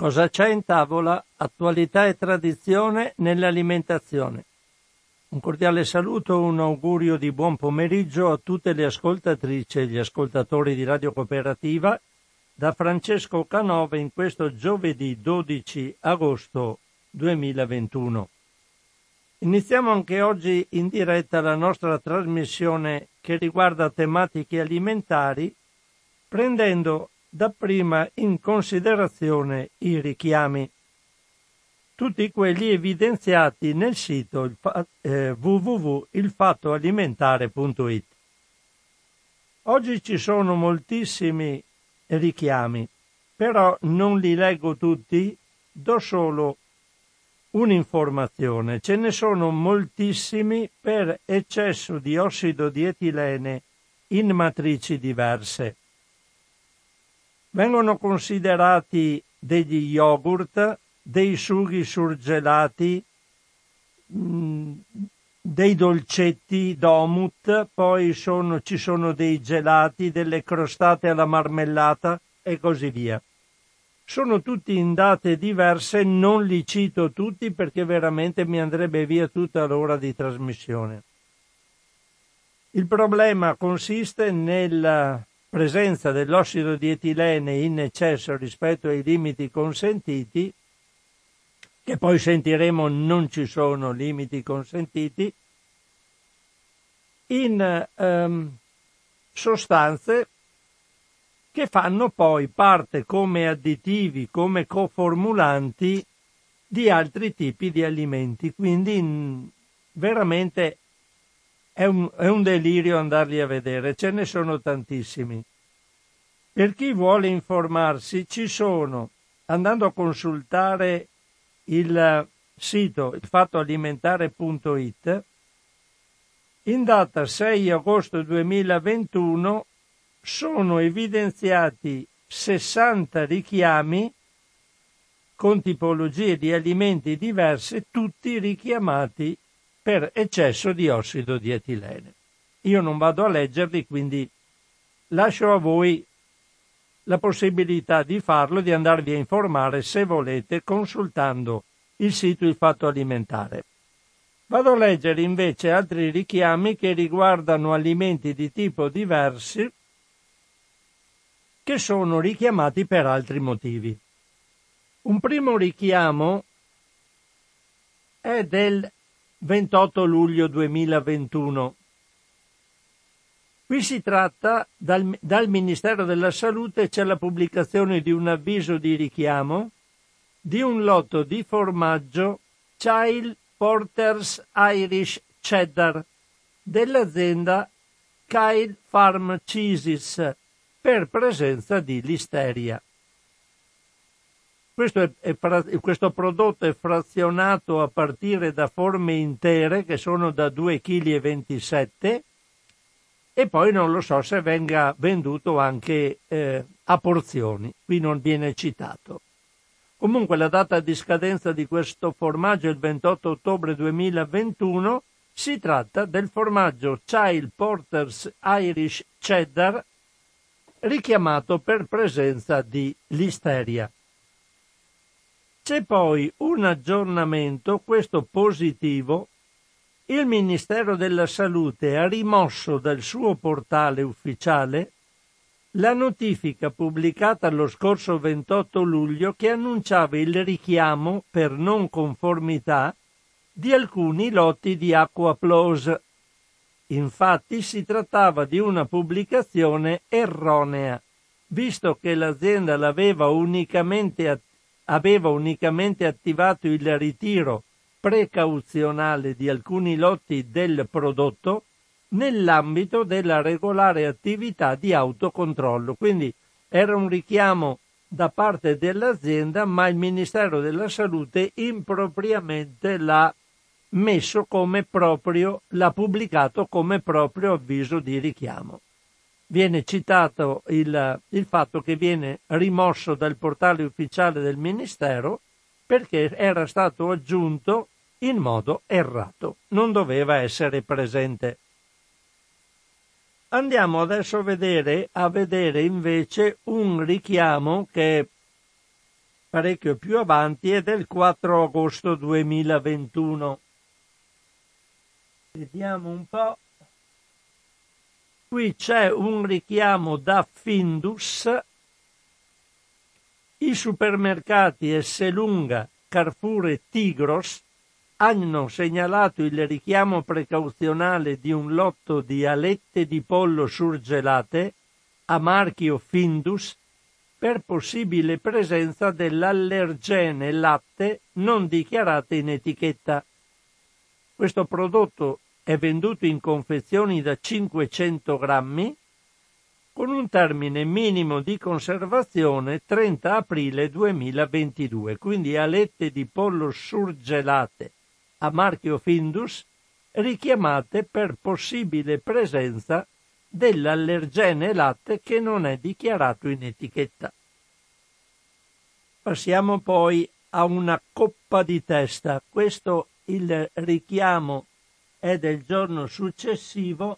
Cosa c'è in tavola? Attualità e tradizione nell'alimentazione. Un cordiale saluto, un augurio di buon pomeriggio a tutte le ascoltatrici e gli ascoltatori di Radio Cooperativa da Francesco Canova in questo giovedì 12 agosto 2021. Iniziamo anche oggi in diretta la nostra trasmissione che riguarda tematiche alimentari, prendendo dapprima in considerazione i richiami, tutti quelli evidenziati nel sito www.ilfattoalimentare.it. Oggi ci sono moltissimi richiami, però non li leggo tutti, do solo un'informazione. Ce ne sono moltissimi per eccesso di ossido di etilene in matrici diverse. Vengono considerati degli yogurt, dei sughi surgelati, dei dolcetti Domut, poi ci sono dei gelati, delle crostate alla marmellata e così via. Sono tutti in date diverse, non li cito tutti perché veramente mi andrebbe via tutta l'ora di trasmissione. Il problema consiste nella presenza dell'ossido di etilene in eccesso rispetto ai limiti consentiti, che poi sentiremo non ci sono limiti consentiti, in sostanze che fanno poi parte come additivi, come coformulanti di altri tipi di alimenti. Quindi veramente è un delirio andarli a vedere, ce ne sono tantissimi. Per chi vuole informarsi ci sono, andando a consultare il sito ilfattoalimentare.it, in data 6 agosto 2021 sono evidenziati 60 richiami con tipologie di alimenti diverse, tutti richiamati per eccesso di ossido di etilene. Io non vado a leggerli, quindi lascio a voi la possibilità di farlo, di andarvi a informare se volete consultando il sito Il Fatto Alimentare. Vado a leggere invece altri richiami che riguardano alimenti di tipo diversi che sono richiamati per altri motivi. Un primo richiamo è del 28 luglio 2021. Qui si tratta, dal Ministero della Salute c'è la pubblicazione di un avviso di richiamo di un lotto di formaggio Child Porter's Irish Cheddar dell'azienda Kyle Farm Cheeses per presenza di listeria. Questo prodotto è frazionato a partire da forme intere che sono da 2,27 kg e poi non lo so se venga venduto anche a porzioni, qui non viene citato. Comunque la data di scadenza di questo formaggio è il 28 ottobre 2021, si tratta del formaggio Child Porter's Irish Cheddar richiamato per presenza di listeria. C'è poi un aggiornamento, questo positivo. Il Ministero della Salute ha rimosso dal suo portale ufficiale la notifica pubblicata lo scorso 28 luglio che annunciava il richiamo per non conformità di alcuni lotti di Aquaplus. Infatti si trattava di una pubblicazione erronea, visto che l'azienda aveva unicamente attivato il ritiro precauzionale di alcuni lotti del prodotto nell'ambito della regolare attività di autocontrollo. Quindi era un richiamo da parte dell'azienda, ma il Ministero della Salute impropriamente l'ha messo come proprio, l'ha pubblicato come proprio avviso di richiamo. Viene citato il fatto che viene rimosso dal portale ufficiale del Ministero perché era stato aggiunto in modo errato, non doveva essere presente. Andiamo adesso a vedere invece un richiamo che parecchio più avanti, è del 4 agosto 2021. Vediamo un po'. Qui c'è un richiamo da Findus. I supermercati Esselunga, Carrefour e Tigros hanno segnalato il richiamo precauzionale di un lotto di alette di pollo surgelate a marchio Findus per possibile presenza dell'allergene latte non dichiarata in etichetta. Questo prodotto è venduto in confezioni da 500 grammi con un termine minimo di conservazione 30 aprile 2022, quindi alette di pollo surgelate a marchio Findus richiamate per possibile presenza dell'allergene latte che non è dichiarato in etichetta. Passiamo poi a una coppa di testa. Questo il richiamo è del giorno successivo,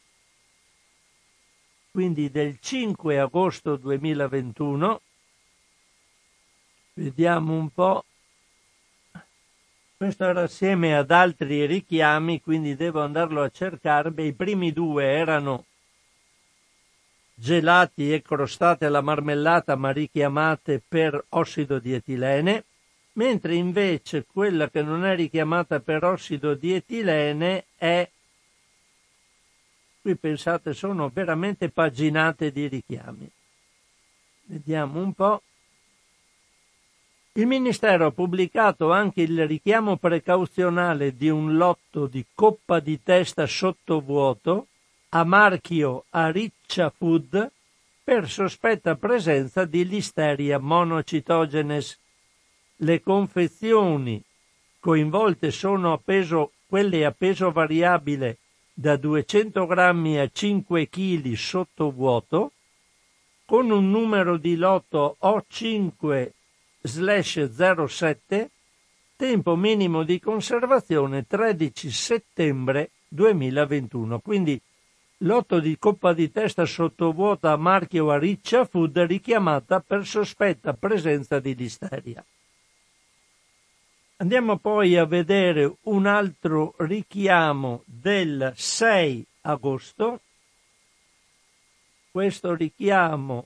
quindi del 5 agosto 2021. Vediamo un po'. Questo era assieme ad altri richiami, quindi devo andarlo a cercare. Beh, i primi due erano gelati e crostate alla marmellata ma richiamate per ossido di etilene, mentre invece quella che non è richiamata per ossido di etilene è, qui pensate, sono veramente paginate di richiami. Vediamo un po'. Il Ministero ha pubblicato anche il richiamo precauzionale di un lotto di coppa di testa sottovuoto a marchio Ariccia Food per sospetta presenza di Listeria monocitogenes. Le confezioni coinvolte sono quelle a peso variabile da 200 grammi a 5 kg sottovuoto, con un numero di lotto O5/07, tempo minimo di conservazione 13 settembre 2021. Quindi lotto di coppa di testa sottovuota a marchio Ariccia Food richiamata per sospetta presenza di listeria. Andiamo poi a vedere un altro richiamo del 6 agosto. Questo richiamo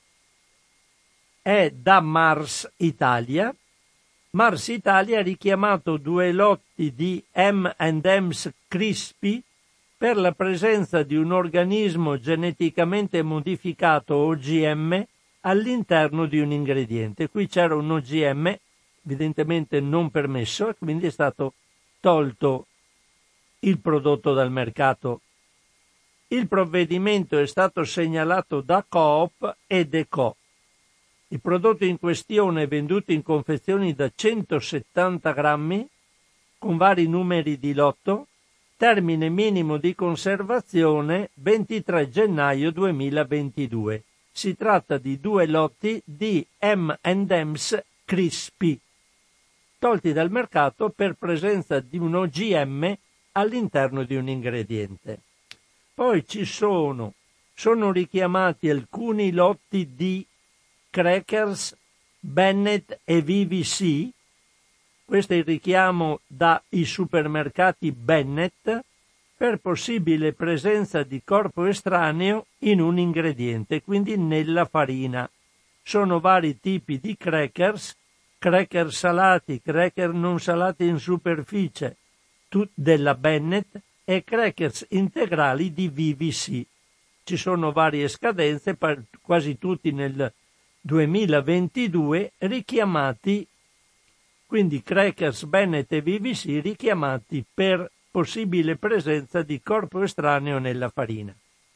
è da Mars Italia. Mars Italia ha richiamato 2 lotti di M&M's Crispy per la presenza di un organismo geneticamente modificato OGM all'interno di un ingrediente. Qui c'era un OGM evidentemente non permesso e quindi è stato tolto il prodotto dal mercato. Il provvedimento è stato segnalato da Coop e Deco. Il prodotto in questione è venduto in confezioni da 170 grammi con vari numeri di lotto. Termine minimo di conservazione 23 gennaio 2022. Si tratta di 2 lotti di M&M's Crispy, tolti dal mercato per presenza di un OGM all'interno di un ingrediente. Poi sono richiamati alcuni lotti di crackers Bennett e VVC. Questo è il richiamo dai supermercati Bennett per possibile presenza di corpo estraneo in un ingrediente, quindi nella farina. Sono vari tipi di cracker salati, cracker non salati in superficie della Bennett e crackers integrali di VVC. Ci sono varie scadenze, quasi tutti nel 2022, richiamati. Quindi crackers Bennett e VVC richiamati per possibile presenza di corpo estraneo nella farina.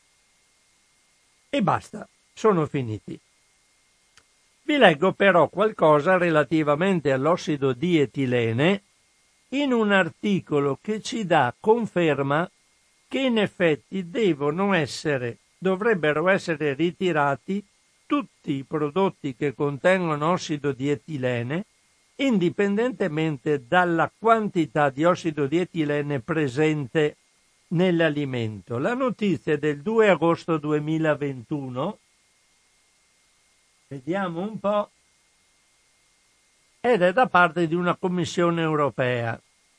E basta, sono finiti. Vi leggo però qualcosa relativamente all'ossido di etilene in un articolo che ci dà conferma che in effetti dovrebbero essere ritirati tutti i prodotti che contengono ossido di etilene, indipendentemente dalla quantità di ossido di etilene presente nell'alimento. La notizia è del 2 agosto 2021. Vediamo un po'. ed è da parte di una Commissione europea.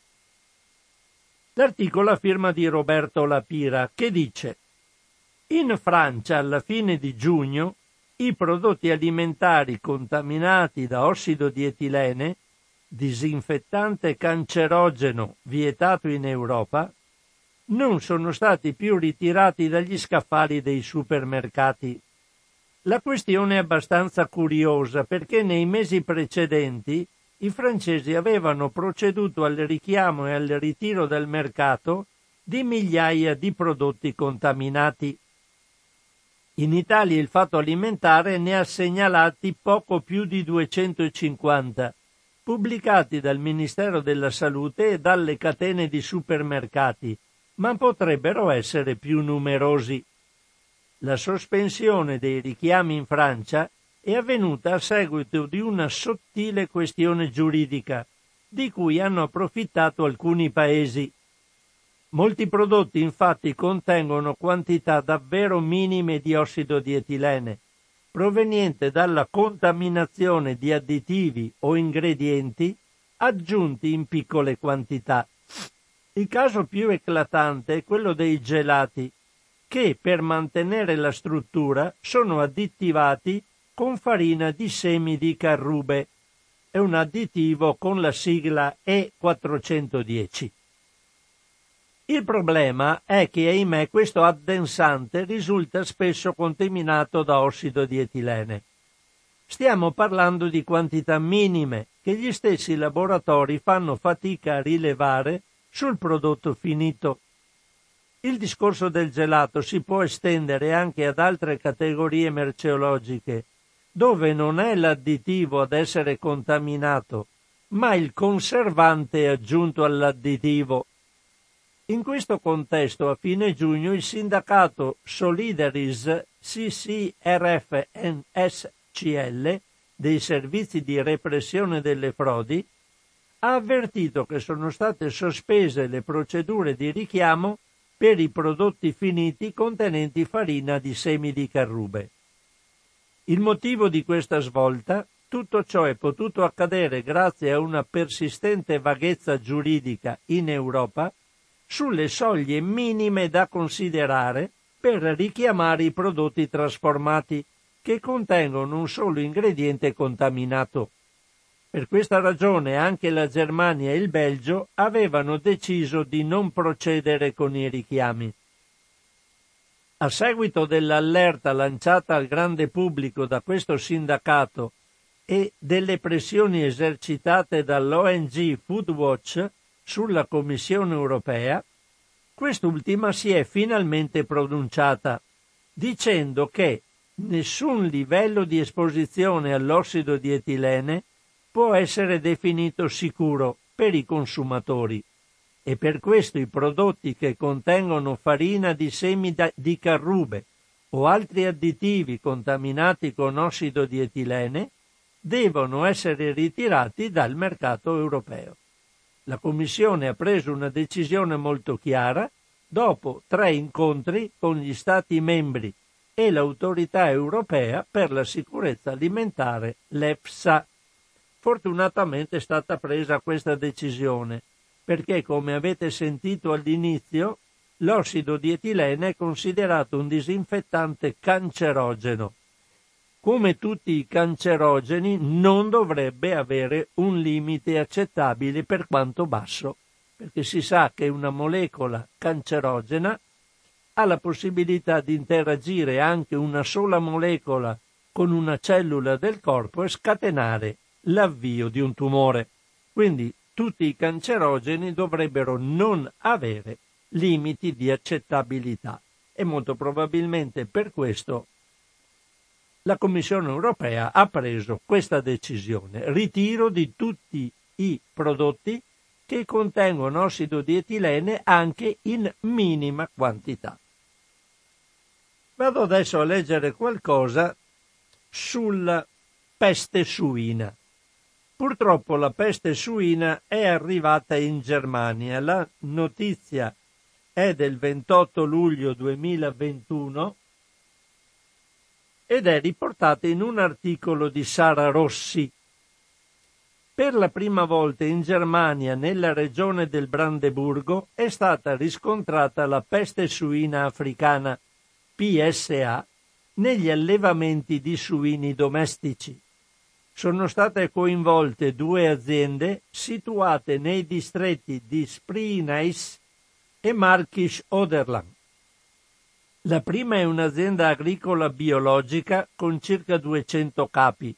L'articolo a firma di Roberto Lapira, che dice: in Francia alla fine di giugno i prodotti alimentari contaminati da ossido di etilene, disinfettante cancerogeno vietato in Europa, non sono stati più ritirati dagli scaffali dei supermercati. La questione è abbastanza curiosa perché nei mesi precedenti i francesi avevano proceduto al richiamo e al ritiro dal mercato di migliaia di prodotti contaminati. In Italia il Fatto Alimentare ne ha segnalati poco più di 250, pubblicati dal Ministero della Salute e dalle catene di supermercati, ma potrebbero essere più numerosi. La sospensione dei richiami in Francia è avvenuta a seguito di una sottile questione giuridica, di cui hanno approfittato alcuni paesi. Molti prodotti infatti contengono quantità davvero minime di ossido di etilene, proveniente dalla contaminazione di additivi o ingredienti aggiunti in piccole quantità. Il caso più eclatante è quello dei gelati, che per mantenere la struttura sono additivati con farina di semi di carrube. È un additivo con la sigla E410. Il problema è che, ahimè, questo addensante risulta spesso contaminato da ossido di etilene. Stiamo parlando di quantità minime che gli stessi laboratori fanno fatica a rilevare sul prodotto finito. Il discorso del gelato si può estendere anche ad altre categorie merceologiche, dove non è l'additivo ad essere contaminato, ma il conservante aggiunto all'additivo. In questo contesto, a fine giugno, il sindacato Solidaris CCRF-NSCL dei servizi di repressione delle frodi ha avvertito che sono state sospese le procedure di richiamo per i prodotti finiti contenenti farina di semi di carrube. Il motivo di questa svolta? Tutto ciò è potuto accadere grazie a una persistente vaghezza giuridica in Europa sulle soglie minime da considerare per richiamare i prodotti trasformati che contengono un solo ingrediente contaminato. Per questa ragione anche la Germania e il Belgio avevano deciso di non procedere con i richiami. A seguito dell'allerta lanciata al grande pubblico da questo sindacato e delle pressioni esercitate dall'ONG Foodwatch sulla Commissione europea, quest'ultima si è finalmente pronunciata, dicendo che nessun livello di esposizione all'ossido di etilene può essere definito sicuro per i consumatori e per questo i prodotti che contengono farina di semi di carrube o altri additivi contaminati con ossido di etilene devono essere ritirati dal mercato europeo. La Commissione ha preso una decisione molto chiara dopo 3 incontri con gli Stati membri e l'Autorità europea per la sicurezza alimentare, l'EFSA. Fortunatamente è stata presa questa decisione perché, come avete sentito all'inizio, l'ossido di etilene è considerato un disinfettante cancerogeno. Come tutti i cancerogeni, non dovrebbe avere un limite accettabile per quanto basso, perché si sa che una molecola cancerogena ha la possibilità di interagire anche una sola molecola con una cellula del corpo e scatenare l'avvio di un tumore. Quindi tutti i cancerogeni dovrebbero non avere limiti di accettabilità e molto probabilmente per questo la Commissione europea ha preso questa decisione: ritiro di tutti i prodotti che contengono ossido di etilene anche in minima quantità. Vado adesso a leggere qualcosa sulla peste suina. Purtroppo la peste suina è arrivata in Germania. La notizia è del 28 luglio 2021 ed è riportata in un articolo di Sara Rossi. Per la prima volta in Germania, nella regione del Brandeburgo, è stata riscontrata la peste suina africana, PSA, negli allevamenti di suini domestici. Sono state coinvolte 2 aziende situate nei distretti di Spree-Nys e Märkisch-Oderland. La prima è un'azienda agricola biologica con circa 200 capi.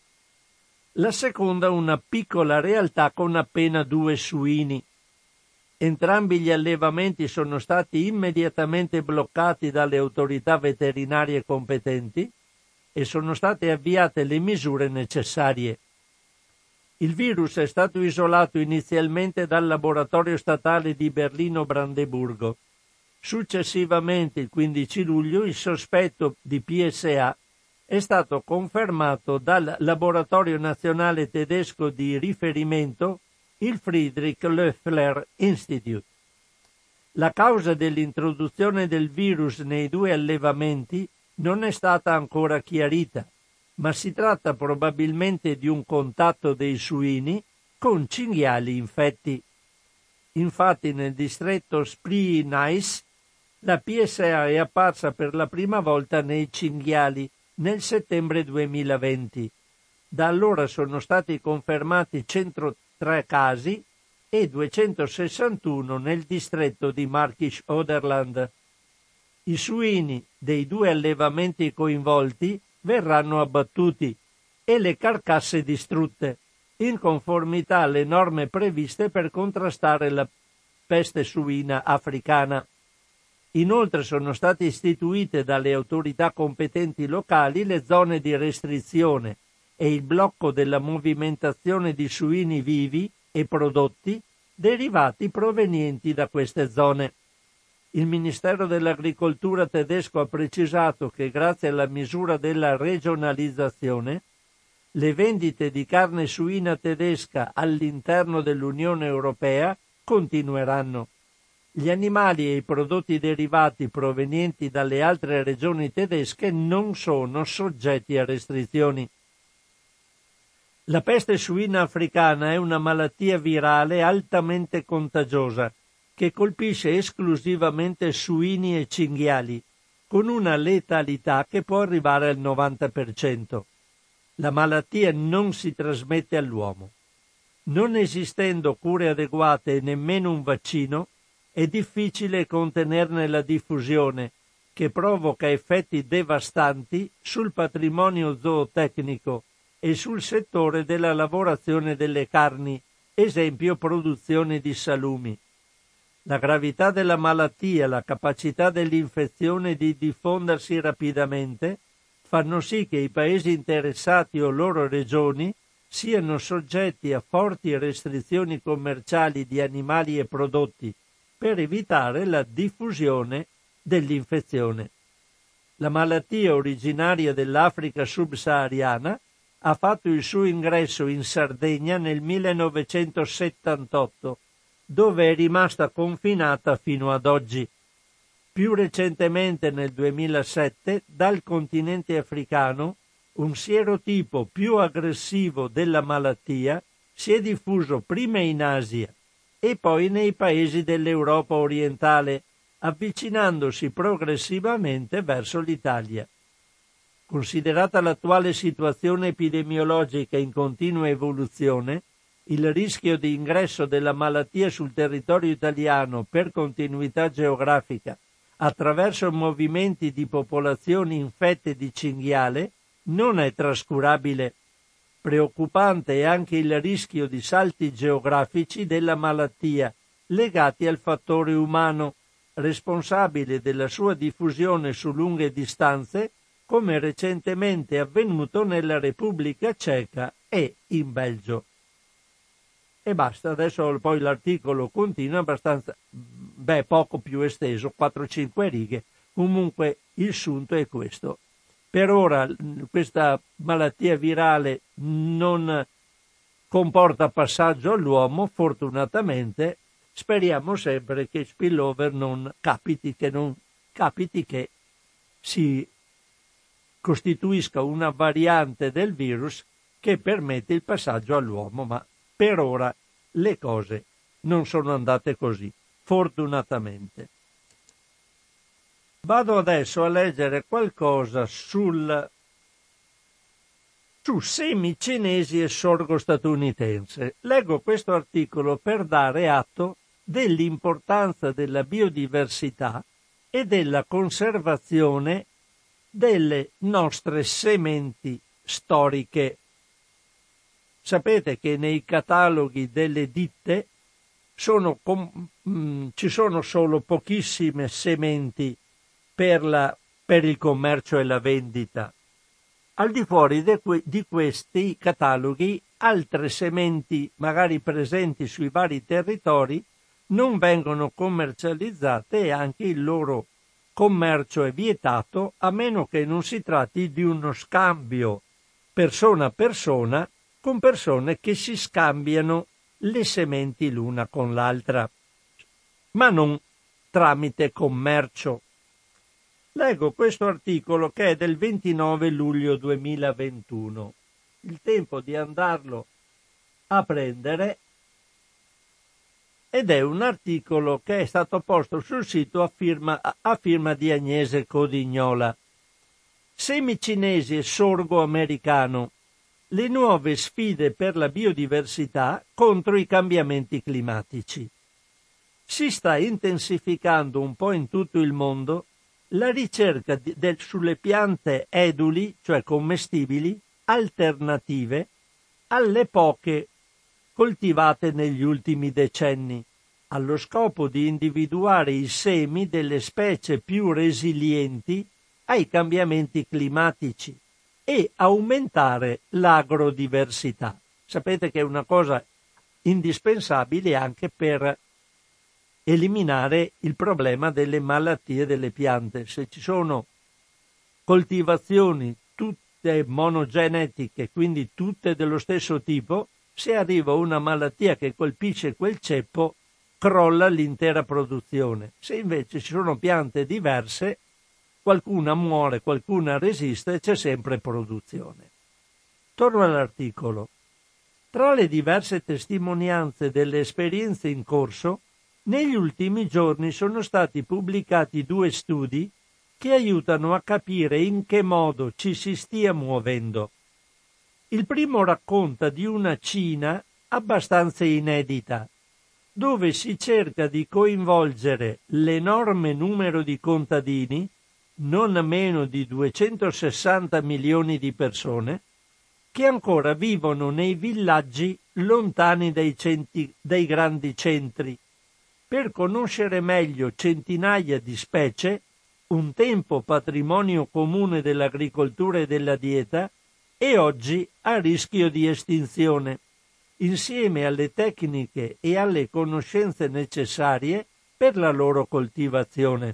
La seconda una piccola realtà con appena 2 suini. Entrambi gli allevamenti sono stati immediatamente bloccati dalle autorità veterinarie competenti e sono state avviate le misure necessarie. Il virus è stato isolato inizialmente dal laboratorio statale di Berlino-Brandeburgo. Successivamente, il 15 luglio, il sospetto di PSA è stato confermato dal laboratorio nazionale tedesco di riferimento, il Friedrich Loeffler Institute. La causa dell'introduzione del virus nei 2 allevamenti non è stata ancora chiarita, ma si tratta probabilmente di un contatto dei suini con cinghiali infetti. Infatti nel distretto Spree-Nys la PSA è apparsa per la prima volta nei cinghiali nel settembre 2020. Da allora sono stati confermati 103 casi e 261 nel distretto di Märkisch-Oderland. I suini dei 2 allevamenti coinvolti verranno abbattuti e le carcasse distrutte, in conformità alle norme previste per contrastare la peste suina africana. Inoltre sono state istituite dalle autorità competenti locali le zone di restrizione e il blocco della movimentazione di suini vivi e prodotti derivati provenienti da queste zone. Il Ministero dell'Agricoltura tedesco ha precisato che grazie alla misura della regionalizzazione le vendite di carne suina tedesca all'interno dell'Unione Europea continueranno. Gli animali e i prodotti derivati provenienti dalle altre regioni tedesche non sono soggetti a restrizioni. La peste suina africana è una malattia virale altamente contagiosa che colpisce esclusivamente suini e cinghiali, con una letalità che può arrivare al 90%. La malattia non si trasmette all'uomo. Non esistendo cure adeguate e nemmeno un vaccino, è difficile contenerne la diffusione, che provoca effetti devastanti sul patrimonio zootecnico e sul settore della lavorazione delle carni, esempio produzione di salumi. La gravità della malattia e la capacità dell'infezione di diffondersi rapidamente fanno sì che i paesi interessati o loro regioni siano soggetti a forti restrizioni commerciali di animali e prodotti per evitare la diffusione dell'infezione. La malattia originaria dell'Africa subsahariana ha fatto il suo ingresso in Sardegna nel 1978, dove è rimasta confinata fino ad oggi. Più recentemente, nel 2007, dal continente africano, un sierotipo più aggressivo della malattia si è diffuso prima in Asia e poi nei paesi dell'Europa orientale, avvicinandosi progressivamente verso l'Italia. Considerata l'attuale situazione epidemiologica in continua evoluzione, il rischio di ingresso della malattia sul territorio italiano per continuità geografica attraverso movimenti di popolazioni infette di cinghiale non è trascurabile. Preoccupante è anche il rischio di salti geografici della malattia legati al fattore umano, responsabile della sua diffusione su lunghe distanze, come recentemente avvenuto nella Repubblica Ceca e in Belgio. E basta, adesso poi l'articolo continua abbastanza, poco più esteso, 4-5 righe, comunque il sunto è questo. Per ora questa malattia virale non comporta passaggio all'uomo, fortunatamente. Speriamo sempre che spillover non capiti che si costituisca una variante del virus che permette il passaggio all'uomo, ma per ora le cose non sono andate così, fortunatamente. Vado adesso a leggere qualcosa su semi cinesi e sorgo statunitense. Leggo questo articolo per dare atto dell'importanza della biodiversità e della conservazione delle nostre sementi storiche. Sapete che nei cataloghi delle ditte ci sono solo pochissime sementi per il commercio e la vendita. Al di fuori di questi cataloghi, altre sementi magari presenti sui vari territori non vengono commercializzate e anche il loro commercio è vietato, a meno che non si tratti di uno scambio persona a persona con persone che si scambiano le sementi l'una con l'altra, ma non tramite commercio. Leggo questo articolo che è del 29 luglio 2021. Il tempo di andarlo a prendere, ed è un articolo che è stato posto sul sito a firma di Agnese Codignola. Semi cinesi e sorgo americano. Le nuove sfide per la biodiversità contro i cambiamenti climatici. Si sta intensificando un po' in tutto il mondo la ricerca sulle piante eduli, cioè commestibili, alternative alle poche coltivate negli ultimi decenni, allo scopo di individuare i semi delle specie più resilienti ai cambiamenti climatici e aumentare l'agro-diversità. Sapete che è una cosa indispensabile anche per eliminare il problema delle malattie delle piante. Se ci sono coltivazioni tutte monogenetiche, quindi tutte dello stesso tipo, se arriva una malattia che colpisce quel ceppo, crolla l'intera produzione. Se invece ci sono piante diverse, qualcuna muore, qualcuna resiste e c'è sempre produzione. Torno all'articolo. Tra le diverse testimonianze delle esperienze in corso, negli ultimi giorni sono stati pubblicati 2 studi che aiutano a capire in che modo ci si stia muovendo. Il primo racconta di una Cina abbastanza inedita, dove si cerca di coinvolgere l'enorme numero di contadini, non meno di 260 milioni di persone, che ancora vivono nei villaggi lontani dai grandi centri, per conoscere meglio centinaia di specie, un tempo patrimonio comune dell'agricoltura e della dieta, e oggi a rischio di estinzione, insieme alle tecniche e alle conoscenze necessarie per la loro coltivazione.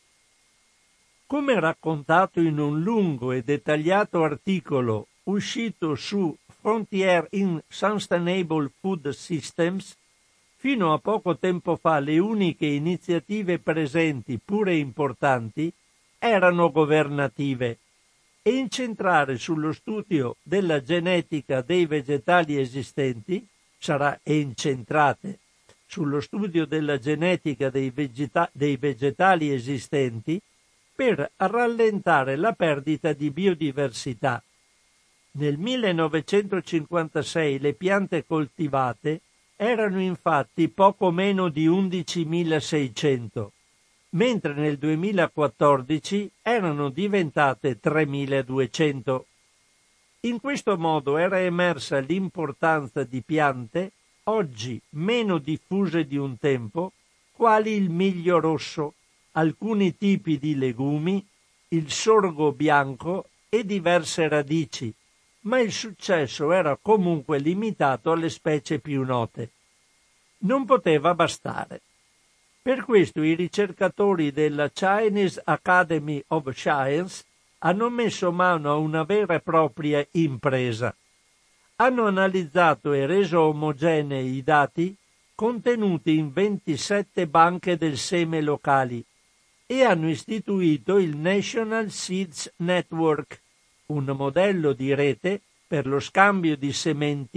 Come raccontato in un lungo e dettagliato articolo uscito su Frontier in Sustainable Food Systems, fino a poco tempo fa le uniche iniziative presenti, pure importanti, erano governative, e incentrare sullo studio della genetica dei vegetali esistenti incentrate sullo studio della genetica dei vegetali esistenti per rallentare la perdita di biodiversità. Nel 1956 le piante coltivate erano infatti poco meno di 11.600, mentre nel 2014 erano diventate 3.200. In questo modo era emersa l'importanza di piante oggi meno diffuse di un tempo, quali il miglio rosso, alcuni tipi di legumi, il sorgo bianco e diverse radici, ma il successo era comunque limitato alle specie più note. Non poteva bastare. Per questo i ricercatori della Chinese Academy of Science hanno messo mano a una vera e propria impresa. Hanno analizzato e reso omogenei i dati contenuti in 27 banche del seme locali e hanno istituito il National Seeds Network, un modello di rete per lo scambio di sementi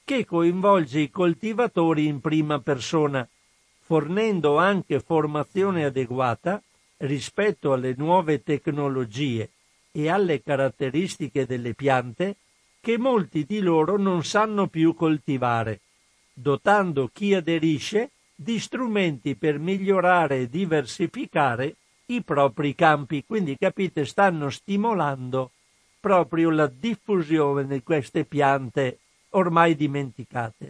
che coinvolge i coltivatori in prima persona, fornendo anche formazione adeguata rispetto alle nuove tecnologie e alle caratteristiche delle piante che molti di loro non sanno più coltivare, dotando chi aderisce di strumenti per migliorare e diversificare i propri campi. Quindi, capite, stanno stimolando proprio la diffusione di queste piante ormai dimenticate.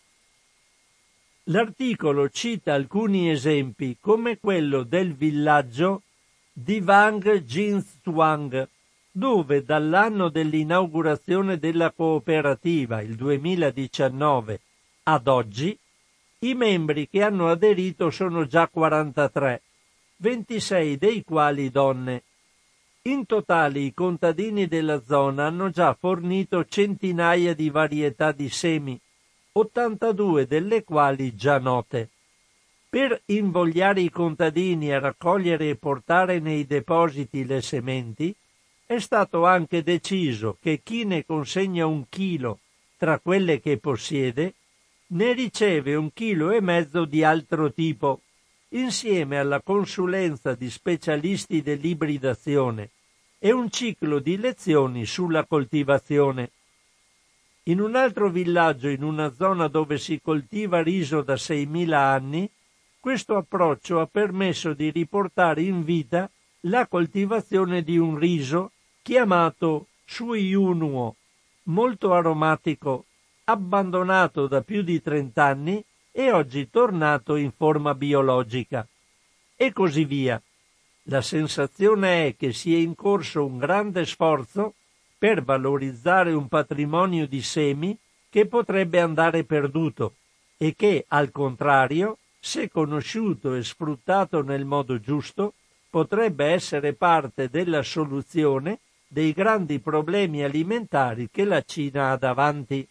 L'articolo cita alcuni esempi come quello del villaggio di Wang Jinzhuang, dove dall'anno dell'inaugurazione della cooperativa, il 2019, ad oggi, i membri che hanno aderito sono già 43, 26 dei quali donne. In totale i contadini della zona hanno già fornito centinaia di varietà di semi, 82 delle quali già note. Per invogliare i contadini a raccogliere e portare nei depositi le sementi, è stato anche deciso che chi ne consegna 1 chilo tra quelle che possiede, ne riceve 1,5 chili di altro tipo, insieme alla consulenza di specialisti dell'ibridazione e un ciclo di lezioni sulla coltivazione. In un altro villaggio, in una zona dove si coltiva riso da 6.000 anni, questo approccio ha permesso di riportare in vita la coltivazione di un riso chiamato Suiyunuo, molto aromatico, abbandonato da più di 30 anni e oggi tornato in forma biologica. E così via. La sensazione è che sia in corso un grande sforzo per valorizzare un patrimonio di semi che potrebbe andare perduto e che, al contrario, se conosciuto e sfruttato nel modo giusto, potrebbe essere parte della soluzione dei grandi problemi alimentari che la Cina ha davanti.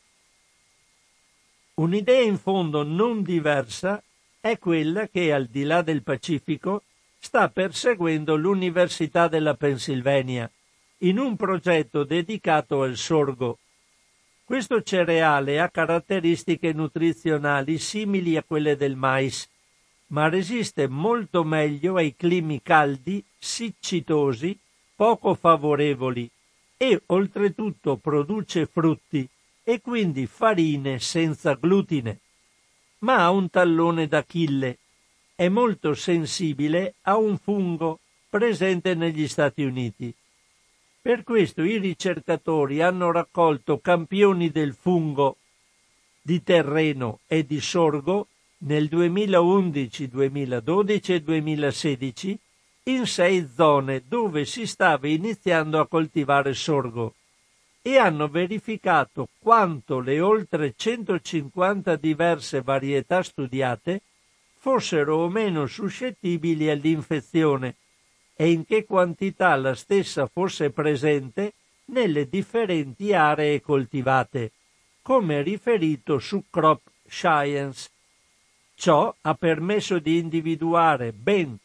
Un'idea in fondo non diversa è quella che, al di là del Pacifico, sta perseguendo l'Università della Pennsylvania in un progetto dedicato al sorgo. Questo cereale ha caratteristiche nutrizionali simili a quelle del mais, ma resiste molto meglio ai climi caldi, siccitosi, poco favorevoli e oltretutto produce frutti e quindi farine senza glutine. Ma ha un tallone d'Achille. È molto sensibile a un fungo presente negli Stati Uniti. Per questo i ricercatori hanno raccolto campioni del fungo di terreno e di sorgo nel 2011, 2012 e 2016 in 6 zone dove si stava iniziando a coltivare sorgo e hanno verificato quanto le oltre 150 diverse varietà studiate fossero o meno suscettibili all'infezione e in che quantità la stessa fosse presente nelle differenti aree coltivate, come riferito su Crop Science. Ciò ha permesso di individuare ben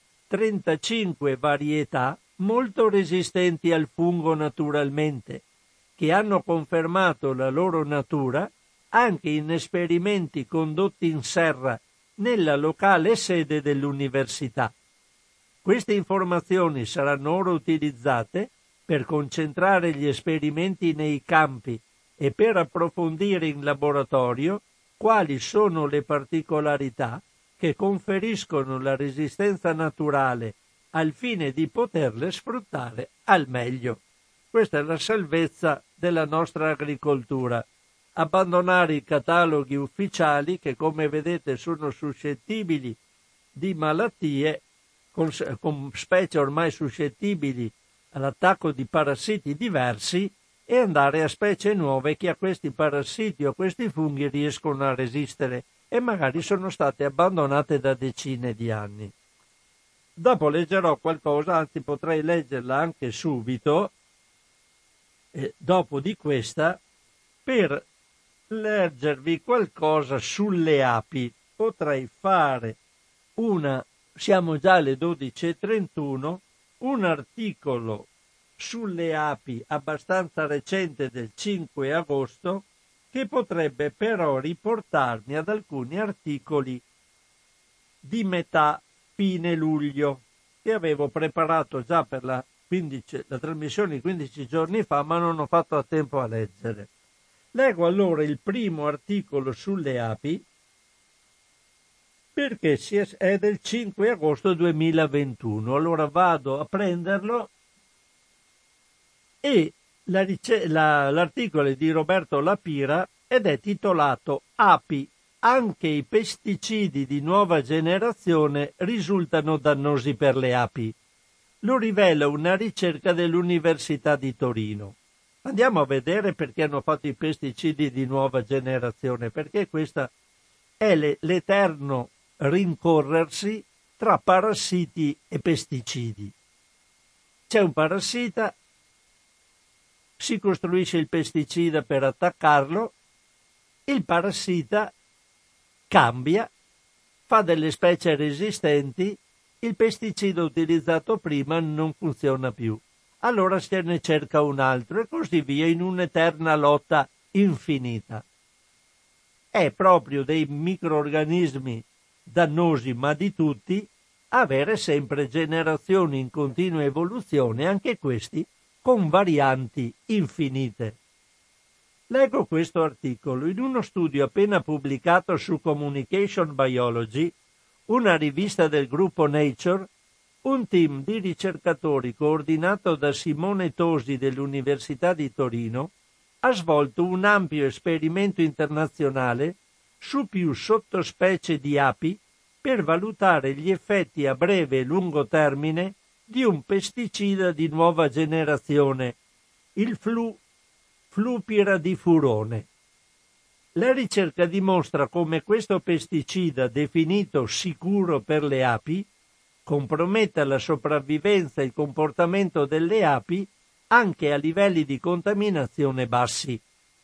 35 varietà molto resistenti al fungo naturalmente, che hanno confermato la loro natura anche in esperimenti condotti in serra nella locale sede dell'università. Queste informazioni saranno ora utilizzate per concentrare gli esperimenti nei campi e per approfondire in laboratorio quali sono le particolarità che conferiscono la resistenza naturale al fine di poterle sfruttare al meglio. Questa è la salvezza della nostra agricoltura. Abbandonare i cataloghi ufficiali che, come vedete, sono suscettibili di malattie, con specie ormai suscettibili all'attacco di parassiti diversi, e andare a specie nuove che a questi parassiti o a questi funghi riescono a resistere e magari sono state abbandonate da decine di anni. Dopo leggerò qualcosa, anzi potrei leggerla anche subito, dopo di questa, per leggervi qualcosa sulle api. Potrei fare siamo già alle 12:31, un articolo sulle api abbastanza recente del 5 agosto che potrebbe però riportarmi ad alcuni articoli di metà fine luglio che avevo preparato già per la trasmissione 15 giorni fa, ma non ho fatto a tempo a leggere. Leggo allora il primo articolo sulle api, perché è del 5 agosto 2021. Allora vado a prenderlo e l'articolo è di Roberto Lapira ed è titolato Api, anche i pesticidi di nuova generazione risultano dannosi per le api. Lo rivela una ricerca dell'Università di Torino. Andiamo a vedere perché hanno fatto i pesticidi di nuova generazione, perché questa è l'eterno rincorrersi tra parassiti e pesticidi. C'è un parassita, si costruisce il pesticida per attaccarlo, il parassita cambia, fa delle specie resistenti, il pesticida utilizzato prima non funziona più. Allora se ne cerca un altro e così via in un'eterna lotta infinita. È proprio dei microrganismi dannosi, ma di tutti, avere sempre generazioni in continua evoluzione, anche questi con varianti infinite. Leggo questo articolo. In uno studio appena pubblicato su Communication Biology, una rivista del gruppo Nature, un team di ricercatori coordinato da Simone Tosi dell'Università di Torino ha svolto un ampio esperimento internazionale su più sottospecie di api per valutare gli effetti a breve e lungo termine di un pesticida di nuova generazione, il flupiradifurone. La ricerca dimostra come questo pesticida, definito sicuro per le api, comprometta la sopravvivenza e il comportamento delle api anche a livelli di contaminazione bassi.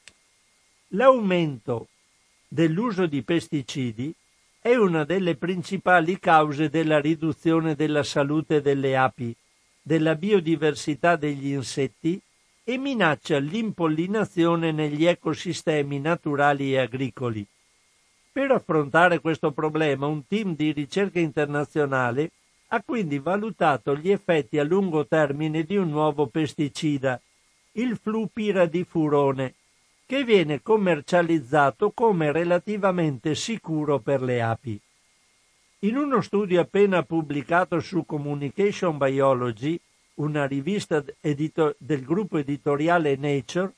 L'aumento dell'uso di pesticidi è una delle principali cause della riduzione della salute delle api, della biodiversità degli insetti e minaccia l'impollinazione negli ecosistemi naturali e agricoli. Per affrontare questo problema, un team di ricerca internazionale ha quindi valutato gli effetti a lungo termine di un nuovo pesticida, il flupiradifurone, che viene commercializzato come relativamente sicuro per le api. In uno studio appena pubblicato su Communication Biology, una rivista del gruppo editoriale Nature,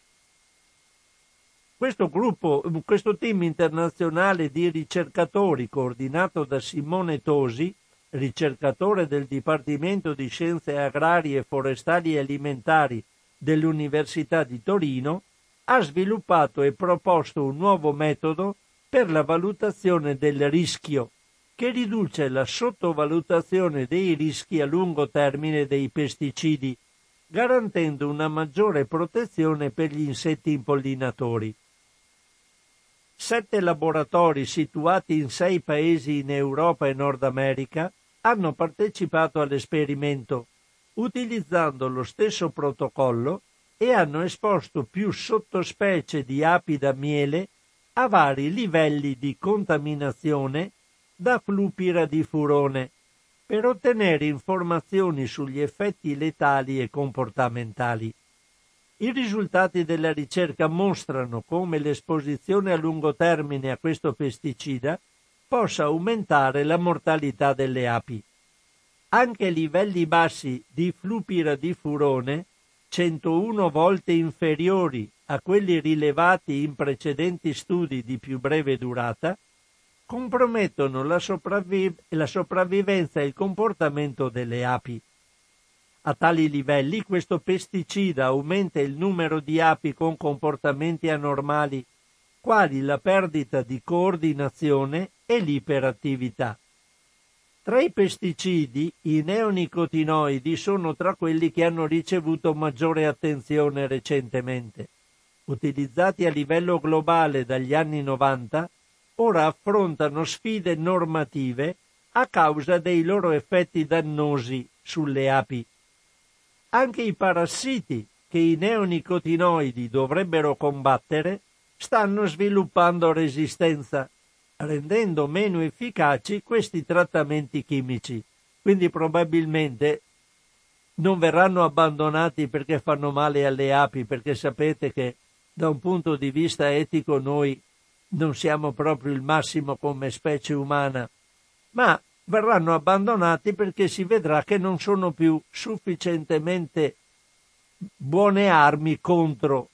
questo team internazionale di ricercatori coordinato da Simone Tosi, ricercatore del Dipartimento di Scienze Agrarie, Forestali e Alimentari dell'Università di Torino, ha sviluppato e proposto un nuovo metodo per la valutazione del rischio, che riduce la sottovalutazione dei rischi a lungo termine dei pesticidi, garantendo una maggiore protezione per gli insetti impollinatori. 7 laboratori situati in 6 paesi in Europa e Nord America hanno partecipato all'esperimento, utilizzando lo stesso protocollo, e hanno esposto più sottospecie di api da miele a vari livelli di contaminazione da flupiradifurone per ottenere informazioni sugli effetti letali e comportamentali. I risultati della ricerca mostrano come l'esposizione a lungo termine a questo pesticida possa aumentare la mortalità delle api. Anche livelli bassi di flupiradifurone, 101 volte inferiori a quelli rilevati in precedenti studi di più breve durata, compromettono la sopravvivenza e il comportamento delle api. A tali livelli questo pesticida aumenta il numero di api con comportamenti anormali, quali la perdita di coordinazione e l'iperattività. Tra i pesticidi, i neonicotinoidi sono tra quelli che hanno ricevuto maggiore attenzione recentemente. Utilizzati a livello globale dagli anni 90, ora affrontano sfide normative a causa dei loro effetti dannosi sulle api. Anche i parassiti che i neonicotinoidi dovrebbero combattere stanno sviluppando resistenza, rendendo meno efficaci questi trattamenti chimici. Quindi probabilmente non verranno abbandonati perché fanno male alle api, perché sapete che da un punto di vista etico noi non siamo proprio il massimo come specie umana, ma verranno abbandonati perché si vedrà che non sono più sufficientemente buone armi contro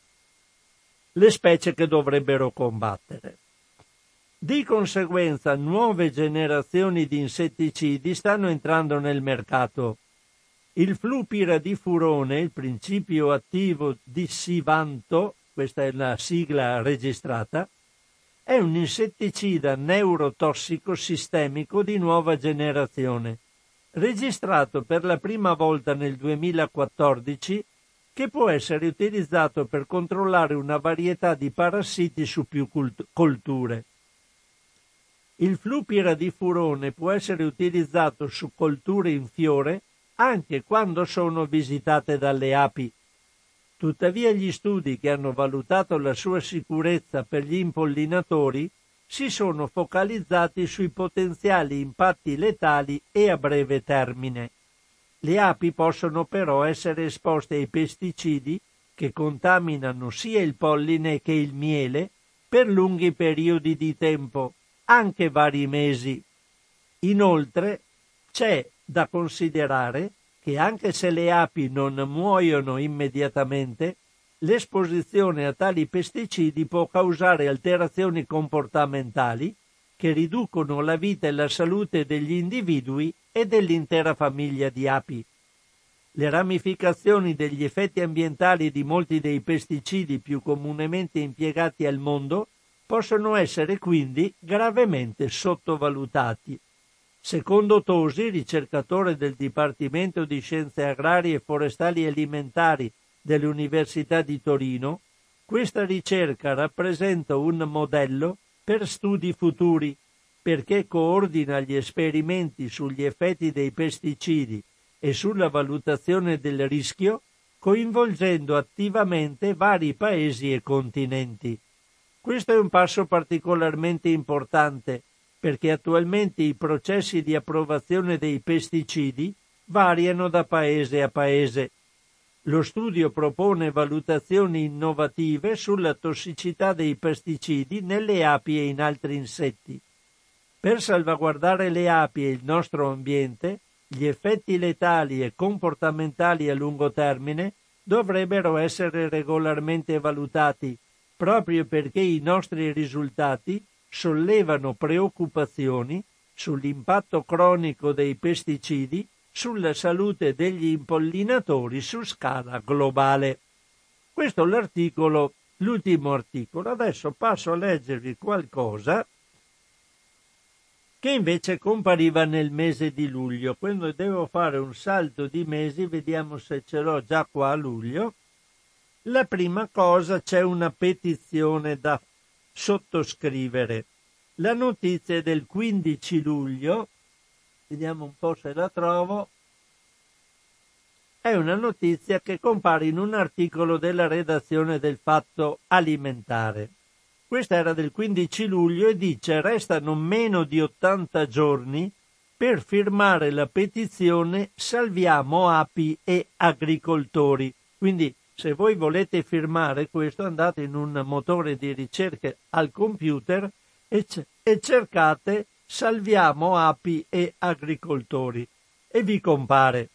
le specie che dovrebbero combattere. Di conseguenza, nuove generazioni di insetticidi stanno entrando nel mercato. Il flupiradifurone, il principio attivo di Sivanto, questa è la sigla registrata, è un insetticida neurotossico sistemico di nuova generazione, registrato per la prima volta nel 2014, che può essere utilizzato per controllare una varietà di parassiti su più colture. Il flupiradifurone può essere utilizzato su colture in fiore anche quando sono visitate dalle api. Tuttavia gli studi che hanno valutato la sua sicurezza per gli impollinatori si sono focalizzati sui potenziali impatti letali e a breve termine. Le api possono però essere esposte ai pesticidi che contaminano sia il polline che il miele per lunghi periodi di tempo, anche vari mesi. Inoltre c'è da considerare che anche se le api non muoiono immediatamente, l'esposizione a tali pesticidi può causare alterazioni comportamentali che riducono la vita e la salute degli individui e dell'intera famiglia di api. Le ramificazioni degli effetti ambientali di molti dei pesticidi più comunemente impiegati al mondo possono essere quindi gravemente sottovalutati. Secondo Tosi, ricercatore del Dipartimento di Scienze Agrarie, Forestali e Alimentari dell'Università di Torino, questa ricerca rappresenta un modello per studi futuri, perché coordina gli esperimenti sugli effetti dei pesticidi e sulla valutazione del rischio, coinvolgendo attivamente vari paesi e continenti. Questo è un passo particolarmente importante, perché attualmente i processi di approvazione dei pesticidi variano da paese a paese. Lo studio propone valutazioni innovative sulla tossicità dei pesticidi nelle api e in altri insetti. Per salvaguardare le api e il nostro ambiente, gli effetti letali e comportamentali a lungo termine dovrebbero essere regolarmente valutati, proprio perché i nostri risultati sollevano preoccupazioni sull'impatto cronico dei pesticidi sulla salute degli impollinatori su scala globale. Questo è l'ultimo articolo. Adesso passo a leggervi qualcosa che invece compariva nel mese di luglio. Quando devo fare un salto di mesi, vediamo se ce l'ho già qua a luglio. La prima cosa, c'è una petizione da sottoscrivere. La notizia è del 15 luglio, vediamo un po' se la trovo, è una notizia che compare in un articolo della redazione del Fatto Alimentare. Questa era del 15 luglio e dice: restano meno di 80 giorni per firmare la petizione Salviamo api e agricoltori. Quindi se voi volete firmare questo, andate in un motore di ricerca al computer e cercate Salviamo api e agricoltori e vi compare.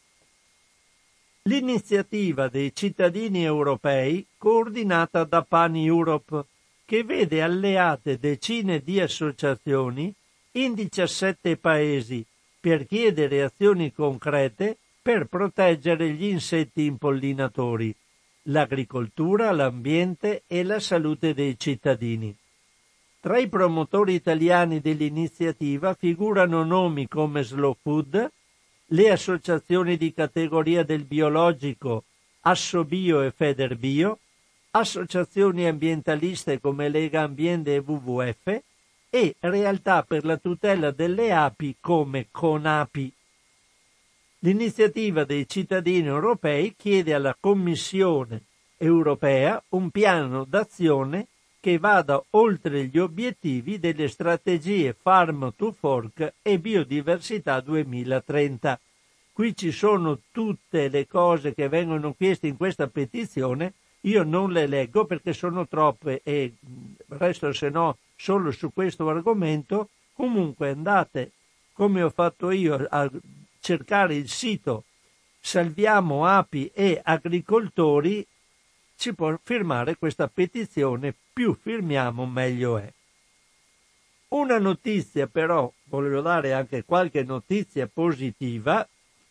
L'iniziativa dei cittadini europei, coordinata da Pan Europe, che vede alleate decine di associazioni in 17 paesi per chiedere azioni concrete per proteggere gli insetti impollinatori, l'agricoltura, l'ambiente e la salute dei cittadini. Tra i promotori italiani dell'iniziativa figurano nomi come Slow Food, le associazioni di categoria del biologico Assobio e Federbio, associazioni ambientaliste come Lega Ambiente e WWF e realtà per la tutela delle api come CONAPI. L'iniziativa dei cittadini europei chiede alla Commissione europea un piano d'azione che vada oltre gli obiettivi delle strategie Farm to Fork e Biodiversità 2030. Qui ci sono tutte le cose che vengono chieste in questa petizione, io non le leggo perché sono troppe e resto se no solo su questo argomento. Comunque andate, come ho fatto io, a cercare il sito Salviamo Api e Agricoltori, si può firmare questa petizione, più firmiamo meglio è. Una notizia però, volevo dare anche qualche notizia positiva,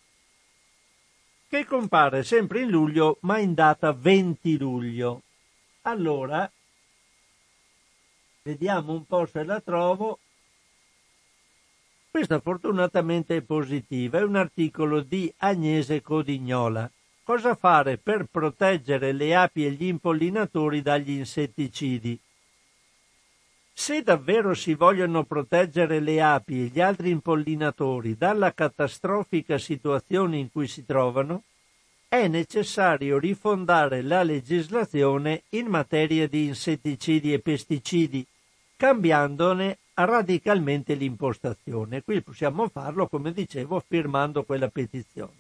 che compare sempre in luglio, ma in data 20 luglio. Allora, vediamo un po' se la trovo. Questa fortunatamente è positiva, è un articolo di Agnese Codignola. Cosa fare per proteggere le api e gli impollinatori dagli insetticidi? Se davvero si vogliono proteggere le api e gli altri impollinatori dalla catastrofica situazione in cui si trovano, è necessario rifondare la legislazione in materia di insetticidi e pesticidi, cambiandone radicalmente l'impostazione. Qui possiamo farlo, come dicevo, firmando quella petizione.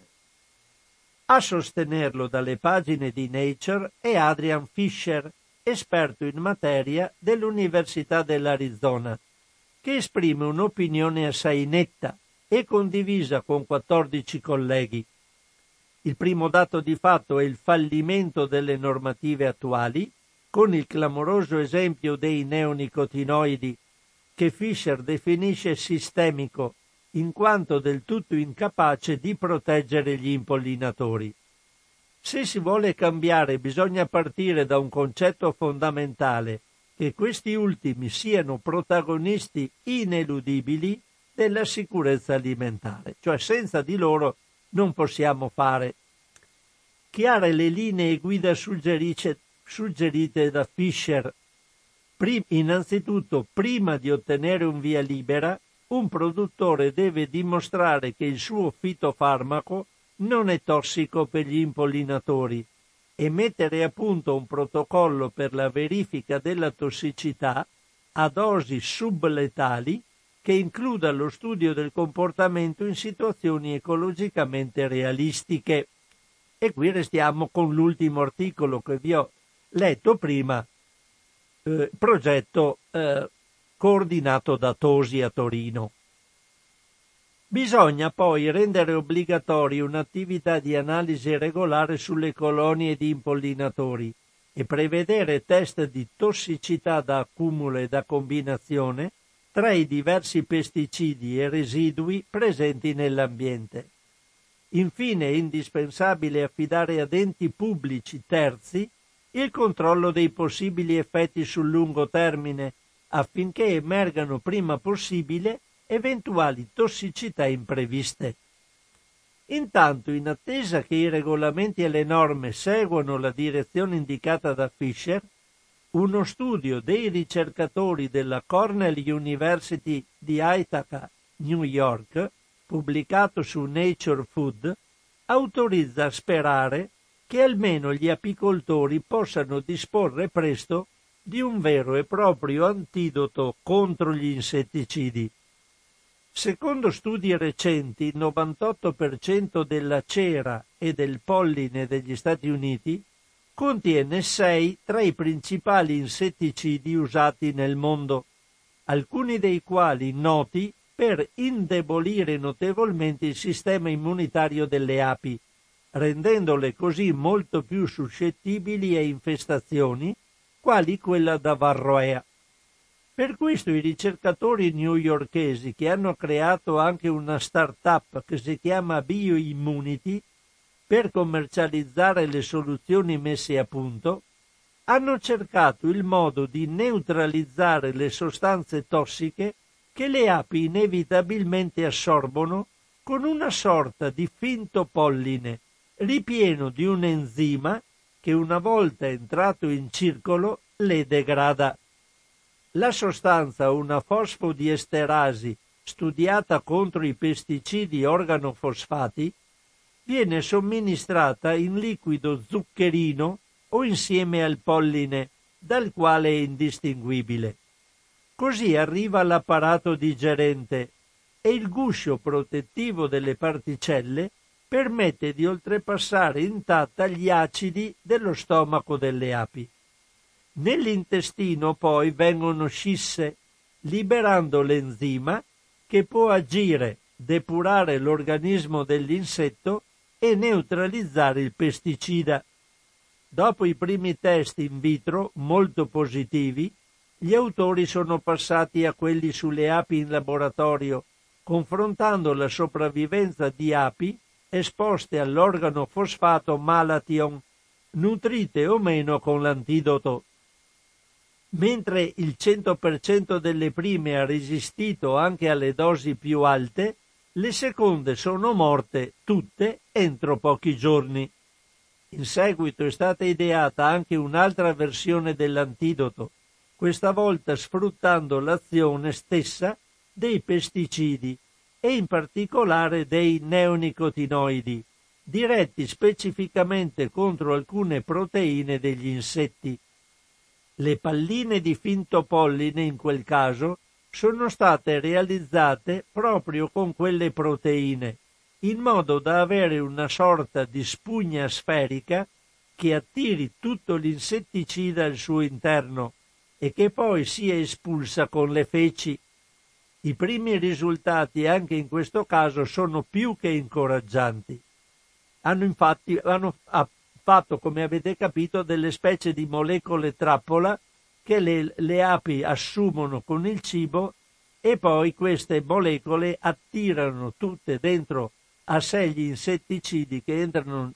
A sostenerlo dalle pagine di Nature è Adrian Fisher, esperto in materia dell'Università dell'Arizona, che esprime un'opinione assai netta e condivisa con 14 colleghi. Il primo dato di fatto è il fallimento delle normative attuali, con il clamoroso esempio dei neonicotinoidi, che Fisher definisce sistemico, in quanto del tutto incapace di proteggere gli impollinatori. Se si vuole cambiare, bisogna partire da un concetto fondamentale, che questi ultimi siano protagonisti ineludibili della sicurezza alimentare, cioè senza di loro non possiamo fare. Chiare le linee guida suggerite da Fisher. Innanzitutto, prima di ottenere un via libera, un produttore deve dimostrare che il suo fitofarmaco non è tossico per gli impollinatori e mettere a punto un protocollo per la verifica della tossicità a dosi subletali che includa lo studio del comportamento in situazioni ecologicamente realistiche. E qui restiamo con l'ultimo articolo che vi ho letto prima, progetto coordinato da Tosi a Torino. Bisogna poi rendere obbligatoria un'attività di analisi regolare sulle colonie di impollinatori e prevedere test di tossicità da accumulo e da combinazione tra i diversi pesticidi e residui presenti nell'ambiente. Infine è indispensabile affidare ad enti pubblici terzi il controllo dei possibili effetti sul lungo termine affinché emergano prima possibile eventuali tossicità impreviste. Intanto, in attesa che i regolamenti e le norme seguano la direzione indicata da Fisher, uno studio dei ricercatori della Cornell University di Ithaca, New York, pubblicato su Nature Food, autorizza a sperare che almeno gli apicoltori possano disporre presto di un vero e proprio antidoto contro gli insetticidi. Secondo studi recenti, il 98% della cera e del polline degli Stati Uniti contiene 6 tra i principali insetticidi usati nel mondo, alcuni dei quali noti per indebolire notevolmente il sistema immunitario delle api, rendendole così molto più suscettibili a infestazioni, quali quella da Varroa. Per questo i ricercatori newyorkesi, che hanno creato anche una start-up che si chiama Bioimmunity per commercializzare le soluzioni messe a punto, hanno cercato il modo di neutralizzare le sostanze tossiche che le api inevitabilmente assorbono con una sorta di finto polline ripieno di un enzima che una volta entrato in circolo le degrada. La sostanza, una fosfodiesterasi studiata contro i pesticidi organofosfati, viene somministrata in liquido zuccherino o insieme al polline, dal quale è indistinguibile. Così arriva all'apparato digerente e il guscio protettivo delle particelle permette di oltrepassare intatta gli acidi dello stomaco delle api. Nell'intestino poi vengono scisse, liberando l'enzima che può agire, depurare l'organismo dell'insetto e neutralizzare il pesticida. Dopo i primi test in vitro, molto positivi, gli autori sono passati a quelli sulle api in laboratorio, confrontando la sopravvivenza di api esposte all'organo fosfato Malathion, nutrite o meno con l'antidoto. Mentre il 100% delle prime ha resistito anche alle dosi più alte, le seconde sono morte tutte entro pochi giorni. In seguito è stata ideata anche un'altra versione dell'antidoto, questa volta sfruttando l'azione stessa dei pesticidi e in particolare dei neonicotinoidi, diretti specificamente contro alcune proteine degli insetti. Le palline di finto polline in quel caso sono state realizzate proprio con quelle proteine, in modo da avere una sorta di spugna sferica che attiri tutto l'insetticida al suo interno e che poi sia espulsa con le feci. I primi risultati anche in questo caso sono più che incoraggianti. Hanno fatto, come avete capito, delle specie di molecole trappola che le api assumono con il cibo e poi queste molecole attirano tutte dentro a sé gli insetticidi che entrano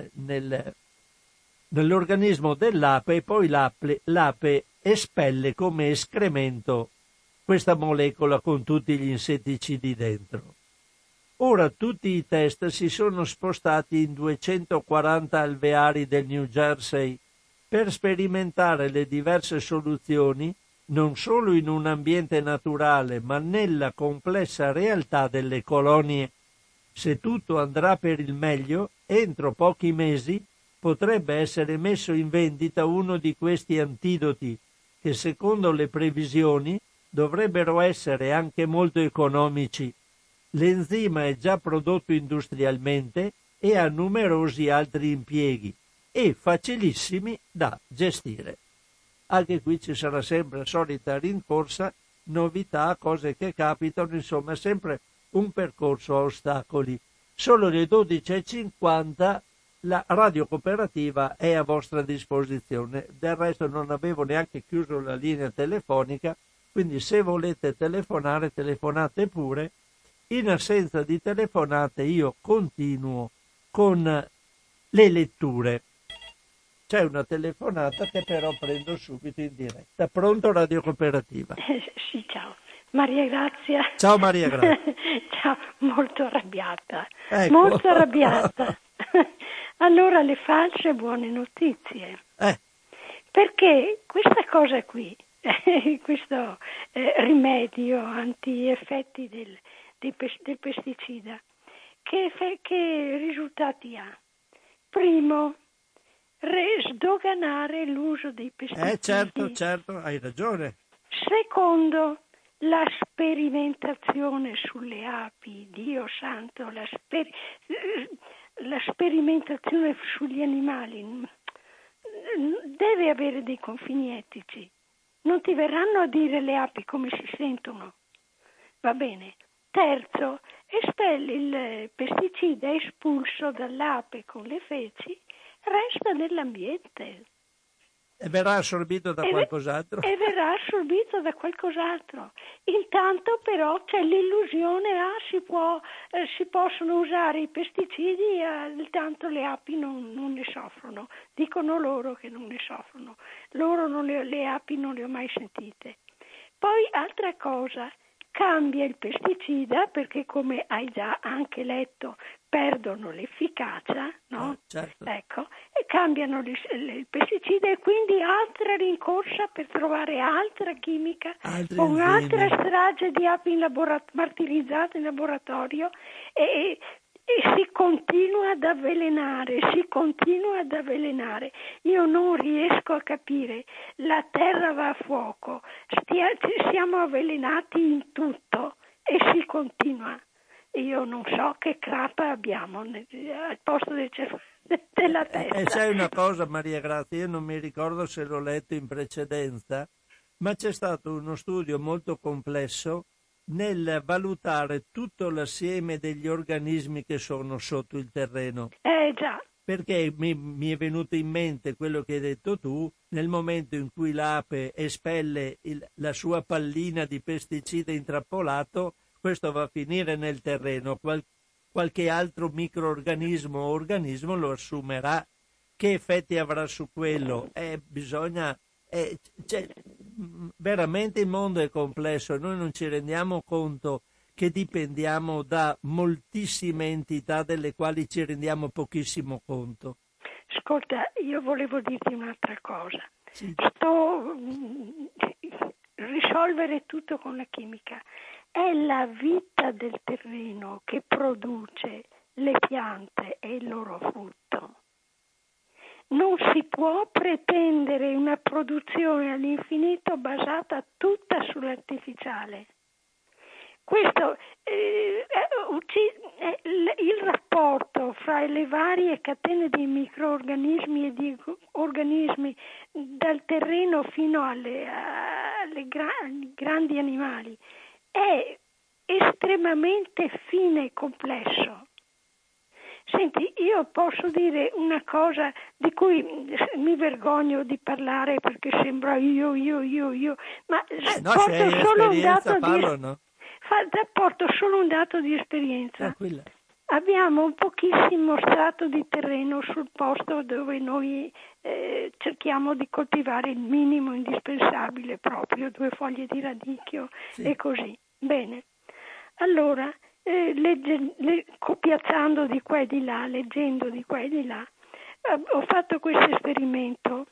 nell'organismo dell'ape e poi l'ape espelle come escremento questa molecola con tutti gli insetticidi dentro. Ora tutti i test si sono spostati in 240 alveari del New Jersey per sperimentare le diverse soluzioni non solo in un ambiente naturale ma nella complessa realtà delle colonie. Se tutto andrà per il meglio, entro pochi mesi potrebbe essere messo in vendita uno di questi antidoti che secondo le previsioni dovrebbero essere anche molto economici. L'enzima è già prodotto industrialmente e ha numerosi altri impieghi e facilissimi da gestire. Anche qui ci sarà sempre la solita rincorsa, novità, cose che capitano, insomma sempre un percorso a ostacoli. Solo alle 12:50 la radio cooperativa è a vostra disposizione. Del resto non avevo neanche chiuso la linea telefonica, quindi se volete telefonare, telefonate pure. In assenza di telefonate io continuo con le letture. C'è una telefonata che però prendo subito in diretta. Pronto, Radio Cooperativa? Sì, ciao. Maria Grazia. Ciao Maria Grazia. Ciao, molto arrabbiata. Ecco. Molto arrabbiata. Allora le false buone notizie. Perché questa cosa qui, questo rimedio anti-effetti del pesticida, che risultati ha? Primo, sdoganare l'uso dei pesticidi. Certo, hai ragione. Secondo, la sperimentazione sulle api, Dio santo, la sperimentazione sugli animali deve avere dei confini etici. Non ti verranno a dire le api come si sentono. Va bene. Terzo, il pesticida espulso dall'ape con le feci resta nell'ambiente. E verrà assorbito da qualcos'altro? E verrà assorbito da qualcos'altro. Intanto però c'è l'illusione, si possono usare i pesticidi, tanto le api non ne soffrono. Dicono loro che non ne soffrono. Le api non le ho mai sentite. Poi altra cosa, cambia il pesticida perché, come hai già anche letto, perdono l'efficacia, no? Certo. Ecco, e cambiano il pesticida e quindi altra rincorsa per trovare altra chimica, con altra strage di api martirizzate in laboratorio e E si continua ad avvelenare, si continua ad avvelenare. Io non riesco a capire, la terra va a fuoco, siamo avvelenati in tutto e si continua. Io non so che crapa abbiamo al posto della testa. Sai una cosa, Maria Grazia, io non mi ricordo se l'ho letto in precedenza, ma c'è stato uno studio molto complesso nel valutare tutto l'assieme degli organismi che sono sotto il terreno. Già. Perché mi è venuto in mente quello che hai detto tu, nel momento in cui l'ape espelle la sua pallina di pesticida intrappolato, questo va a finire nel terreno, qualche altro microorganismo o organismo lo assumerà. Che effetti avrà su quello? Veramente il mondo è complesso, noi non ci rendiamo conto che dipendiamo da moltissime entità delle quali ci rendiamo pochissimo conto. Ascolta, io volevo dirti un'altra cosa. Sì. Risolvere tutto con la chimica. È la vita del terreno che produce le piante e il loro frutto. Non si può pretendere una produzione all'infinito basata tutta sull'artificiale. Questo il rapporto fra le varie catene di microorganismi e di organismi dal terreno fino alle grandi animali è estremamente fine e complesso. Senti, io posso dire una cosa di cui mi vergogno di parlare perché sembra io, ma porto solo un dato di esperienza. Tranquilla. Abbiamo un pochissimo strato di terreno sul posto dove noi cerchiamo di coltivare il minimo indispensabile, proprio 2 foglie di radicchio, sì. E così. Bene. Allora, copiazzando di qua e di là, leggendo di qua e di là, ho fatto questo esperimento.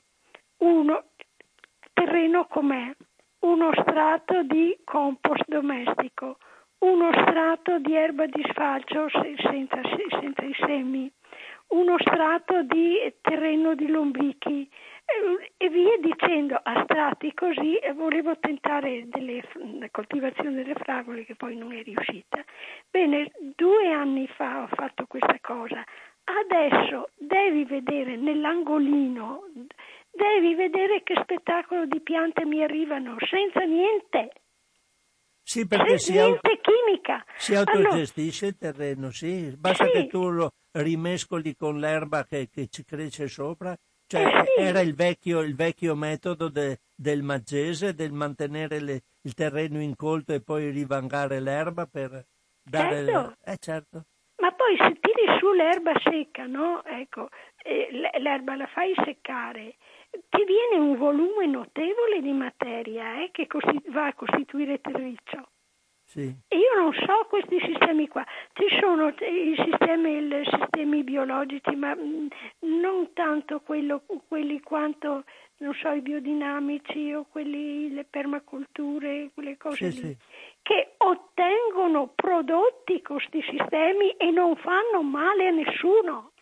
Terreno com'è? Uno strato di compost domestico, uno strato di erba di sfalcio senza i semi, uno strato di terreno di lombrichi e via dicendo, a strati così. Volevo tentare la coltivazione delle fragole che poi non è riuscita. Bene, 2 anni fa ho fatto questa cosa. Adesso devi vedere nell'angolino, devi vedere che spettacolo di piante mi arrivano, senza niente. Sì, perché niente chimica. Si autogestisce il terreno, sì. Basta che tu lo rimescoli con l'erba che ci cresce sopra. Cioè, sì. Era il vecchio metodo del maggese, del mantenere il terreno incolto e poi rivangare l'erba per dare... Certo. Ma poi se tiri su l'erba secca, no? Ecco, l'erba la fai seccare, ti viene un volume notevole di materia che va a costituire terriccio. Sì. E io non so questi sistemi qua. Ci sono i sistemi biologici, ma non tanto quelli quanto, non so, i biodinamici o le permaculture, quelle cose lì. Sì. Che ottengono prodotti con questi sistemi e non fanno male a nessuno.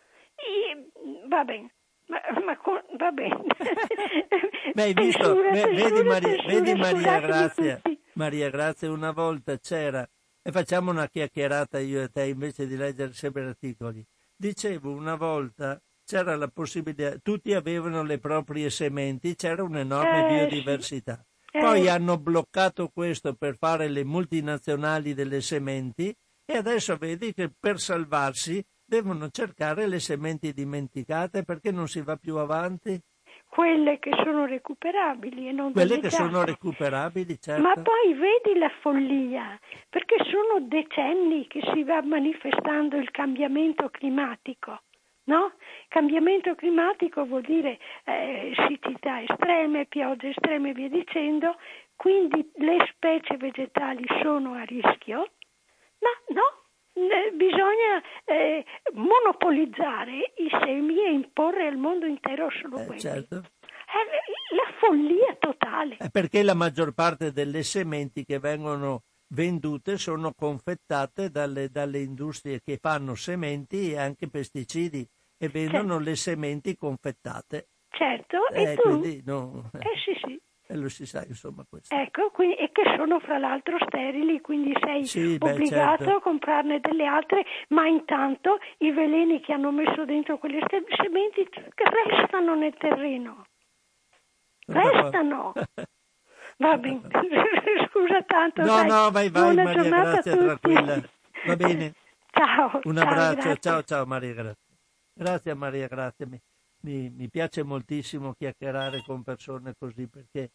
Va bene. Va bene. Beh, hai visto, vedi Maria Grazia. Maria Grazia, una volta c'era, e facciamo una chiacchierata io e te invece di leggere sempre articoli. Dicevo, una volta c'era la possibilità, tutti avevano le proprie sementi, c'era un'enorme biodiversità. Poi hanno bloccato questo per fare le multinazionali delle sementi e adesso vedi che per salvarsi devono cercare le sementi dimenticate perché non si va più avanti. Quelle che sono recuperabili e non quelle che sono recuperabili, certo. Ma poi vedi la follia, perché sono decenni che si va manifestando il cambiamento climatico, no? Cambiamento climatico vuol dire siccità estreme, piogge estreme e via dicendo, quindi le specie vegetali sono a rischio, ma no. Bisogna monopolizzare i semi e imporre al mondo intero solo quelli. Certo. La follia totale. Perché la maggior parte delle sementi che vengono vendute sono confettate dalle industrie che fanno sementi e anche pesticidi e vendono le sementi confettate. Certo, e tu? Quindi no, Sì. lo si sa, insomma, questo. Ecco, e che sono fra l'altro sterili, quindi sei obbligato certo. a comprarne delle altre, ma intanto i veleni che hanno messo dentro quelle sementi restano nel terreno. Restano! Va bene, scusa tanto. No, vai Buona Maria, giornata grazie, a tutti. tranquilla. Va bene. Ciao. Un abbraccio, Grazie. ciao Maria, grazie. Grazie Maria, grazie. Mi piace moltissimo chiacchierare con persone così perché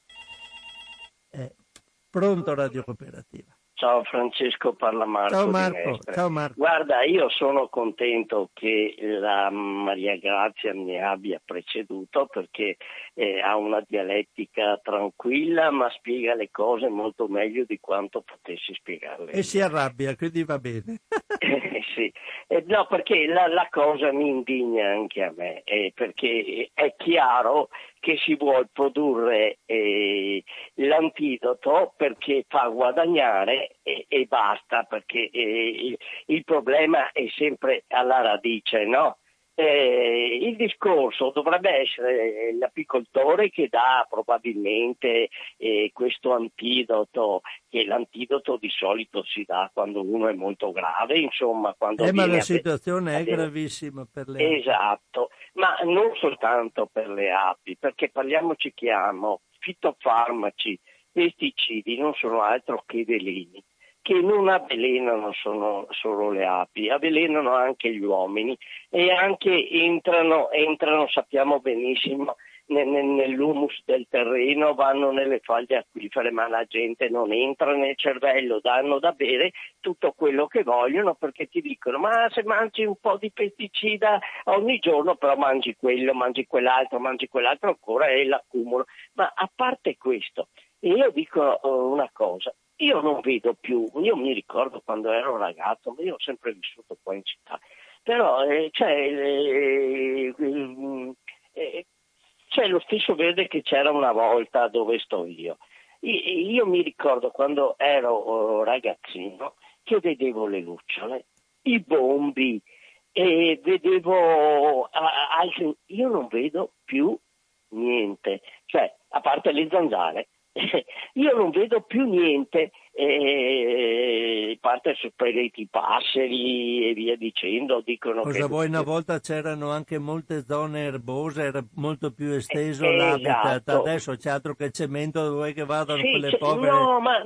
pronto Radio Cooperativa. Ciao Francesco, parla Marco. Ciao di Marco, Mestre. ciao Marco. Guarda, io sono contento che la Maria Grazia mi abbia preceduto perché ha una dialettica tranquilla ma spiega le cose molto meglio di quanto potessi spiegarle. E si arrabbia, quindi va bene. Sì. No, perché la cosa mi indigna anche a me, perché è chiaro che si vuole produrre l'antidoto perché fa guadagnare e basta, perché il problema è sempre alla radice, no? Il discorso dovrebbe essere l'apicoltore che dà probabilmente questo antidoto, che l'antidoto di solito si dà quando uno è molto grave, insomma, quando Ma viene la situazione è gravissima per le api. Esatto, ma non soltanto per le api, perché parliamoci chiaro, fitofarmaci, pesticidi non sono altro che veleni che non avvelenano solo le api, avvelenano anche gli uomini e anche entrano sappiamo benissimo, nell'humus del terreno, vanno nelle faglie acquifere, ma la gente non entra nel cervello, danno da bere tutto quello che vogliono perché ti dicono ma se mangi un po' di pesticida ogni giorno però mangi quello, mangi quell'altro ancora e l'accumulo. Ma a parte questo, io dico una cosa, io non vedo più, io mi ricordo quando ero ragazzo, ma io ho sempre vissuto qua in città, però c'è lo stesso verde che c'era una volta dove sto io. Io mi ricordo quando ero ragazzino che vedevo le lucciole, i bombi, e vedevo altri, io non vedo più niente, cioè a parte le zanzare. Io non vedo più niente, a parte per i passeri e via dicendo, dicono Cosa che... vuoi, una volta c'erano anche molte zone erbose, era molto più esteso l'habitat, Esatto. adesso c'è altro che cemento, dove vuoi che vadano Sì, quelle povere... No, ma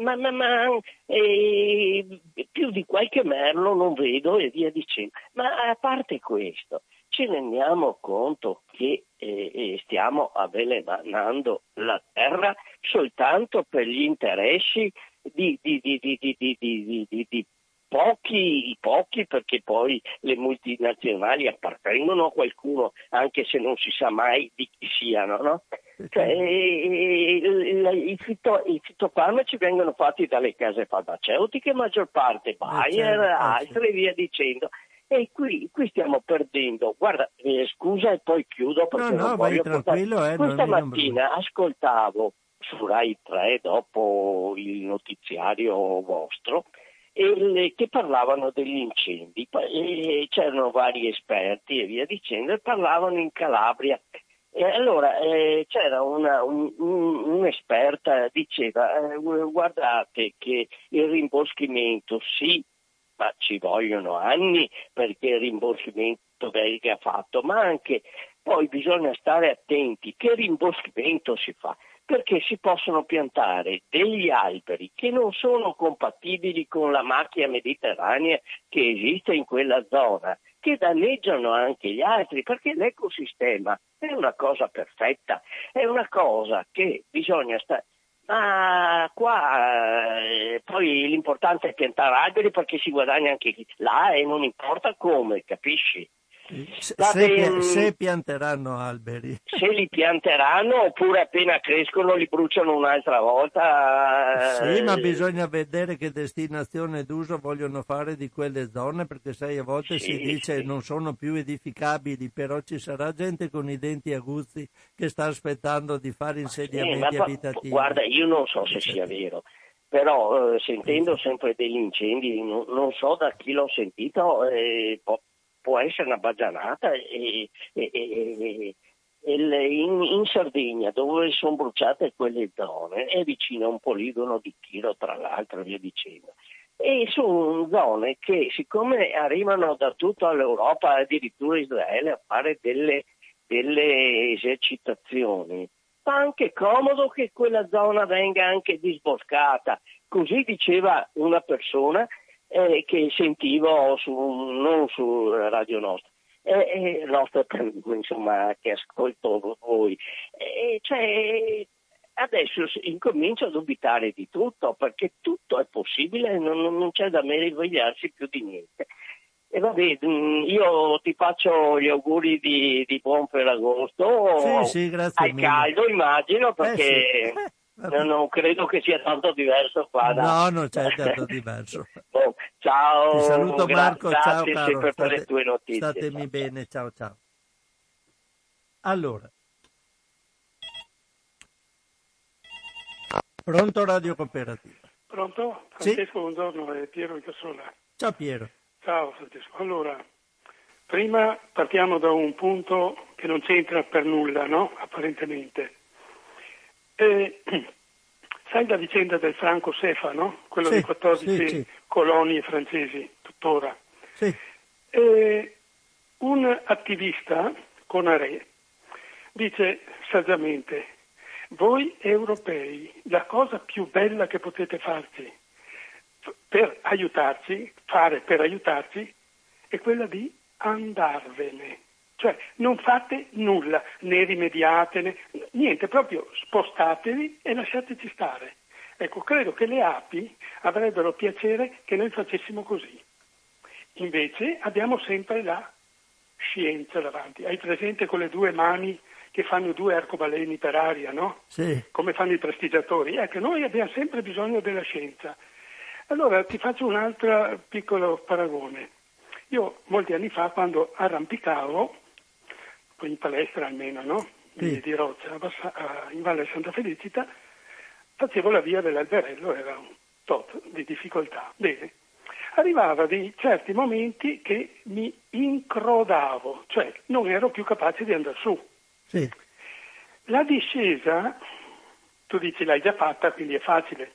più di qualche merlo non vedo e via dicendo. Ma a parte questo, ci rendiamo conto che stiamo avvelenando la terra soltanto per gli interessi di pochi, perché poi le multinazionali appartengono a qualcuno, anche se non si sa mai di chi siano, no? Cioè, i fitofarmaci vengono fatti dalle case farmaceutiche, maggior parte Bayer, altre e via dicendo. E qui stiamo perdendo. Guarda, scusa e poi chiudo perché non voglio tranquillo, Questa mattina ascoltavo su Rai 3 dopo il notiziario vostro che parlavano degli incendi e c'erano vari esperti e via dicendo e parlavano in Calabria. E allora c'era un'esperta, diceva guardate che il rimboschimento sì, ma ci vogliono anni perché il rimboschimento venga fatto, ma anche poi bisogna stare attenti che rimboschimento si fa, perché si possono piantare degli alberi che non sono compatibili con la macchia mediterranea che esiste in quella zona, che danneggiano anche gli altri, perché l'ecosistema è una cosa perfetta, è una cosa che bisogna stare... Ma qua poi l'importante è piantare alberi perché si guadagna anche là e non importa come, capisci? Se pianteranno alberi. Se li pianteranno oppure appena crescono li bruciano un'altra volta. Sì, ma bisogna vedere che destinazione d'uso vogliono fare di quelle zone, perché sai, a volte si dice non sono più edificabili, però ci sarà gente con i denti aguzzi che sta aspettando di fare insediamenti abitativi. Guarda, io non so se sia vero, però sentendo sempre degli incendi, non so da chi l'ho sentito, può essere una baggianata in Sardegna, dove sono bruciate quelle zone, è vicino a un poligono di Chiro, tra l'altro, e via dicendo. E sono zone che, siccome arrivano da tutta l'Europa, addirittura Israele, a fare delle esercitazioni, fa anche comodo che quella zona venga anche disboscata. Così diceva una persona che sentivo non su Radio Nostra. Insomma, che ascolto voi, cioè, adesso incomincio a dubitare di tutto, perché tutto è possibile e non c'è da meravigliarsi più di niente. E vabbè, io ti faccio gli auguri di buon Ferragosto. Sì, grazie Hai mille. caldo, immagino, perché Sì. non credo che sia tanto diverso qua. No, non c'è tanto diverso. Ciao. Ti saluto Marco, ciao grazie caro. sempre per le tue notizie. Statemi ciao. bene, ciao. Allora, pronto Radio Cooperativa? Pronto? Francesco, Sì. Buongiorno, è Piero di Cassola. Ciao Piero. Ciao Francesco. Allora, prima partiamo da un punto che non c'entra per nulla, no? Apparentemente. Sai la vicenda del Franco Sefa, no? Quello dei 14 sì. colonie francesi, tuttora. Sì. Un attivista, Conaré, dice saggiamente: voi europei, la cosa più bella che potete farci per aiutarci è quella di andarvene. Cioè non fate nulla, né rimediate, niente, proprio spostatevi e lasciateci stare. Ecco, credo che le api avrebbero piacere che noi facessimo così. Invece abbiamo sempre la scienza davanti. Hai presente con le due mani che fanno due arcobaleni per aria, no? Sì. Come fanno i prestigiatori. Ecco, noi abbiamo sempre bisogno della scienza. Allora ti faccio un altro piccolo paragone. Io molti anni fa, quando arrampicavo, in palestra almeno, no? Sì. Di Roccia, in Valle Santa Felicita, facevo la via dell'Alberello, era un tot di difficoltà. Bene. Arrivava di certi momenti che mi incrodavo, cioè non ero più capace di andare su. Sì. La discesa, tu dici l'hai già fatta, quindi è facile.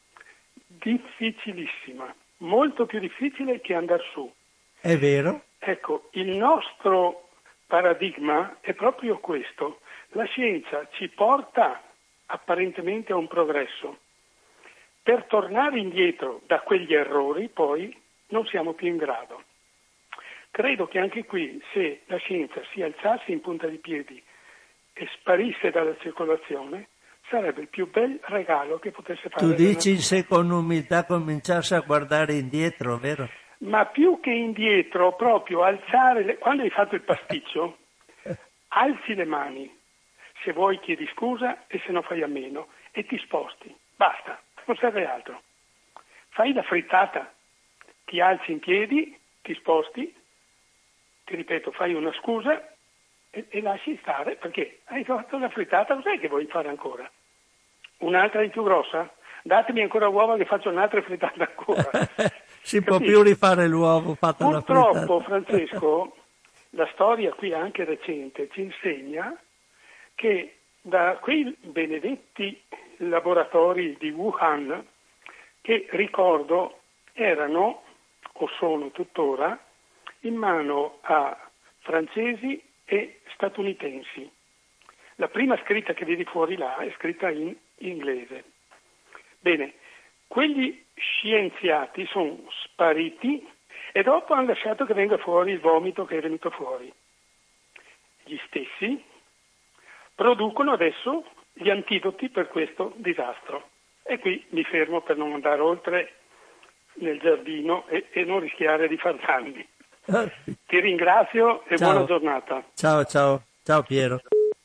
Difficilissima, molto più difficile che andare su. È vero? Ecco, il nostro paradigma è proprio questo. La scienza ci porta apparentemente a un progresso. Per tornare indietro da quegli errori poi non siamo più in grado. Credo che anche qui, se la scienza si alzasse in punta di piedi e sparisse dalla circolazione, sarebbe il più bel regalo che potesse fare. Tu dici se con umiltà cominciasse a guardare indietro, vero? Ma più che indietro, proprio alzare, quando hai fatto il pasticcio, alzi le mani, se vuoi chiedi scusa e se no fai a meno e ti sposti, basta, non serve altro. Fai la frittata, ti alzi in piedi, ti sposti, ti ripeto, fai una scusa e lasci stare, perché hai fatto la frittata, cos'è che vuoi fare ancora? Un'altra di più grossa? Datemi ancora uova che faccio un'altra frittata ancora. Si può più rifare l'uovo fatto alla frittata. Purtroppo, Francesco, la storia qui anche recente ci insegna che da quei benedetti laboratori di Wuhan, che ricordo erano o sono tuttora in mano a francesi e statunitensi. La prima scritta che vedi fuori là è scritta in inglese. Bene, quegli scienziati sono spariti e dopo hanno lasciato che venga fuori il vomito che è venuto fuori. Gli stessi producono adesso gli antidoti per questo disastro. E qui mi fermo per non andare oltre nel giardino e non rischiare di far danni. Ti ringrazio e Ciao. buona giornata. Ciao Piero.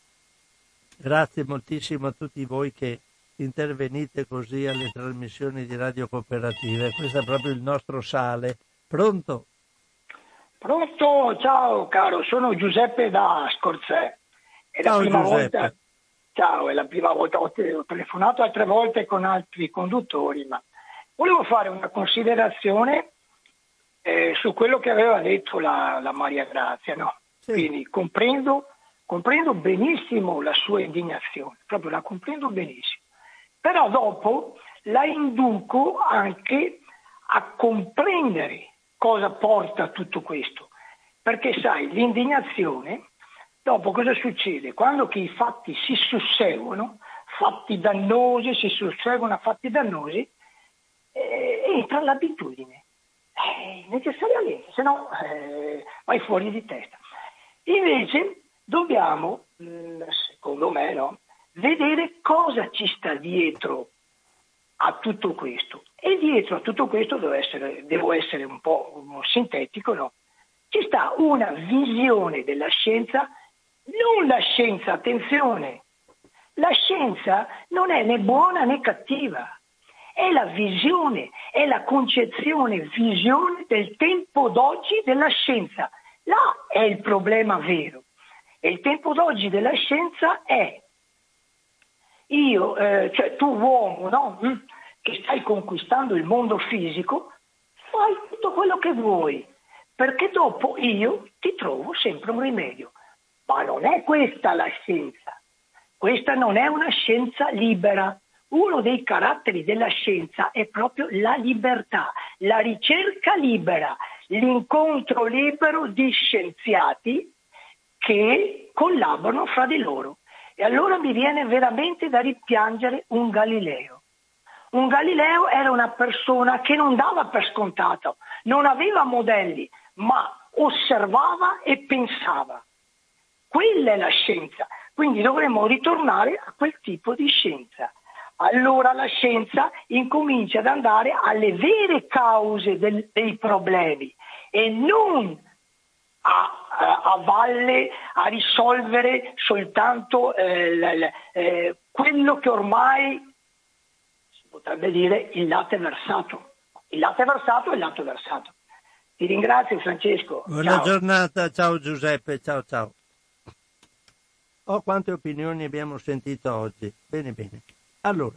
Grazie moltissimo a tutti voi che intervenite così alle trasmissioni di Radio Cooperative. Questo è proprio il nostro sale. Pronto? Pronto, ciao caro, sono Giuseppe da Scorzè. È Ciao la prima Giuseppe. volta Ciao, è la prima volta, ho telefonato altre volte con altri conduttori, ma volevo fare una considerazione su quello che aveva detto la Maria Grazia, no? Sì. Quindi comprendo benissimo la sua indignazione, proprio la comprendo benissimo, però dopo la induco anche a comprendere cosa porta a tutto questo, perché sai, l'indignazione, dopo cosa succede? Quando che i fatti si susseguono, fatti dannosi, si susseguono a fatti dannosi, entra l'abitudine, necessariamente, se no vai fuori di testa. Invece dobbiamo, secondo me, no, vedere cosa ci sta dietro a tutto questo. E dietro a tutto questo devo essere un po' sintetico, no? Ci sta una visione della scienza, non la scienza, attenzione, la scienza non è né buona né cattiva, è la visione, è la concezione, visione del tempo d'oggi della scienza. Là è il problema vero. E il tempo d'oggi della scienza è cioè tu uomo, no? Che stai conquistando il mondo fisico, fai tutto quello che vuoi, perché dopo io ti trovo sempre un rimedio. Ma non è questa la scienza. Questa non è una scienza libera. Uno dei caratteri della scienza è proprio la libertà, la ricerca libera, l'incontro libero di scienziati che collaborano fra di loro. E allora mi viene veramente da rimpiangere un Galileo. Un Galileo era una persona che non dava per scontato, non aveva modelli, ma osservava e pensava. Quella è la scienza, quindi dovremmo ritornare a quel tipo di scienza. Allora la scienza incomincia ad andare alle vere cause dei problemi e non a valle a risolvere soltanto quello che ormai si potrebbe dire il latte versato. Il latte versato è il latte versato. Ti ringrazio Francesco. Buona Ciao. giornata, ciao Giuseppe, ciao ciao. Oh, quante opinioni abbiamo sentito oggi. Bene, bene. Allora,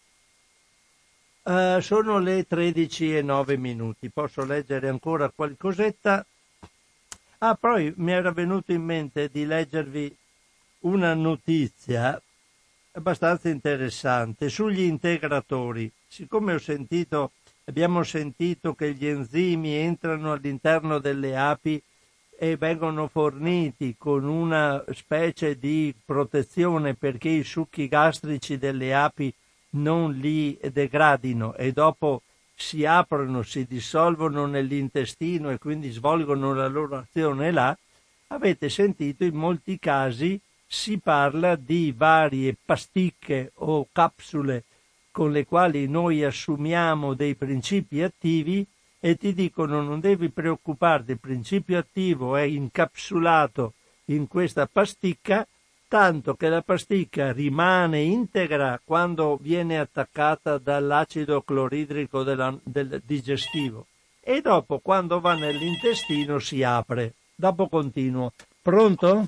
sono le 13:09. Posso leggere ancora qualcosetta? Ah, poi mi era venuto in mente di leggervi una notizia abbastanza interessante sugli integratori. Siccome abbiamo sentito che gli enzimi entrano all'interno delle api e vengono forniti con una specie di protezione perché i succhi gastrici delle api non li degradino e dopo si aprono, si dissolvono nell'intestino e quindi svolgono la loro azione là, avete sentito in molti casi si parla di varie pasticche o capsule con le quali noi assumiamo dei principi attivi e ti dicono non devi preoccuparti, il principio attivo è incapsulato in questa pasticca, tanto che la pasticca rimane integra quando viene attaccata dall'acido cloridrico del digestivo e dopo quando va nell'intestino si apre. Dopo continuo. Pronto?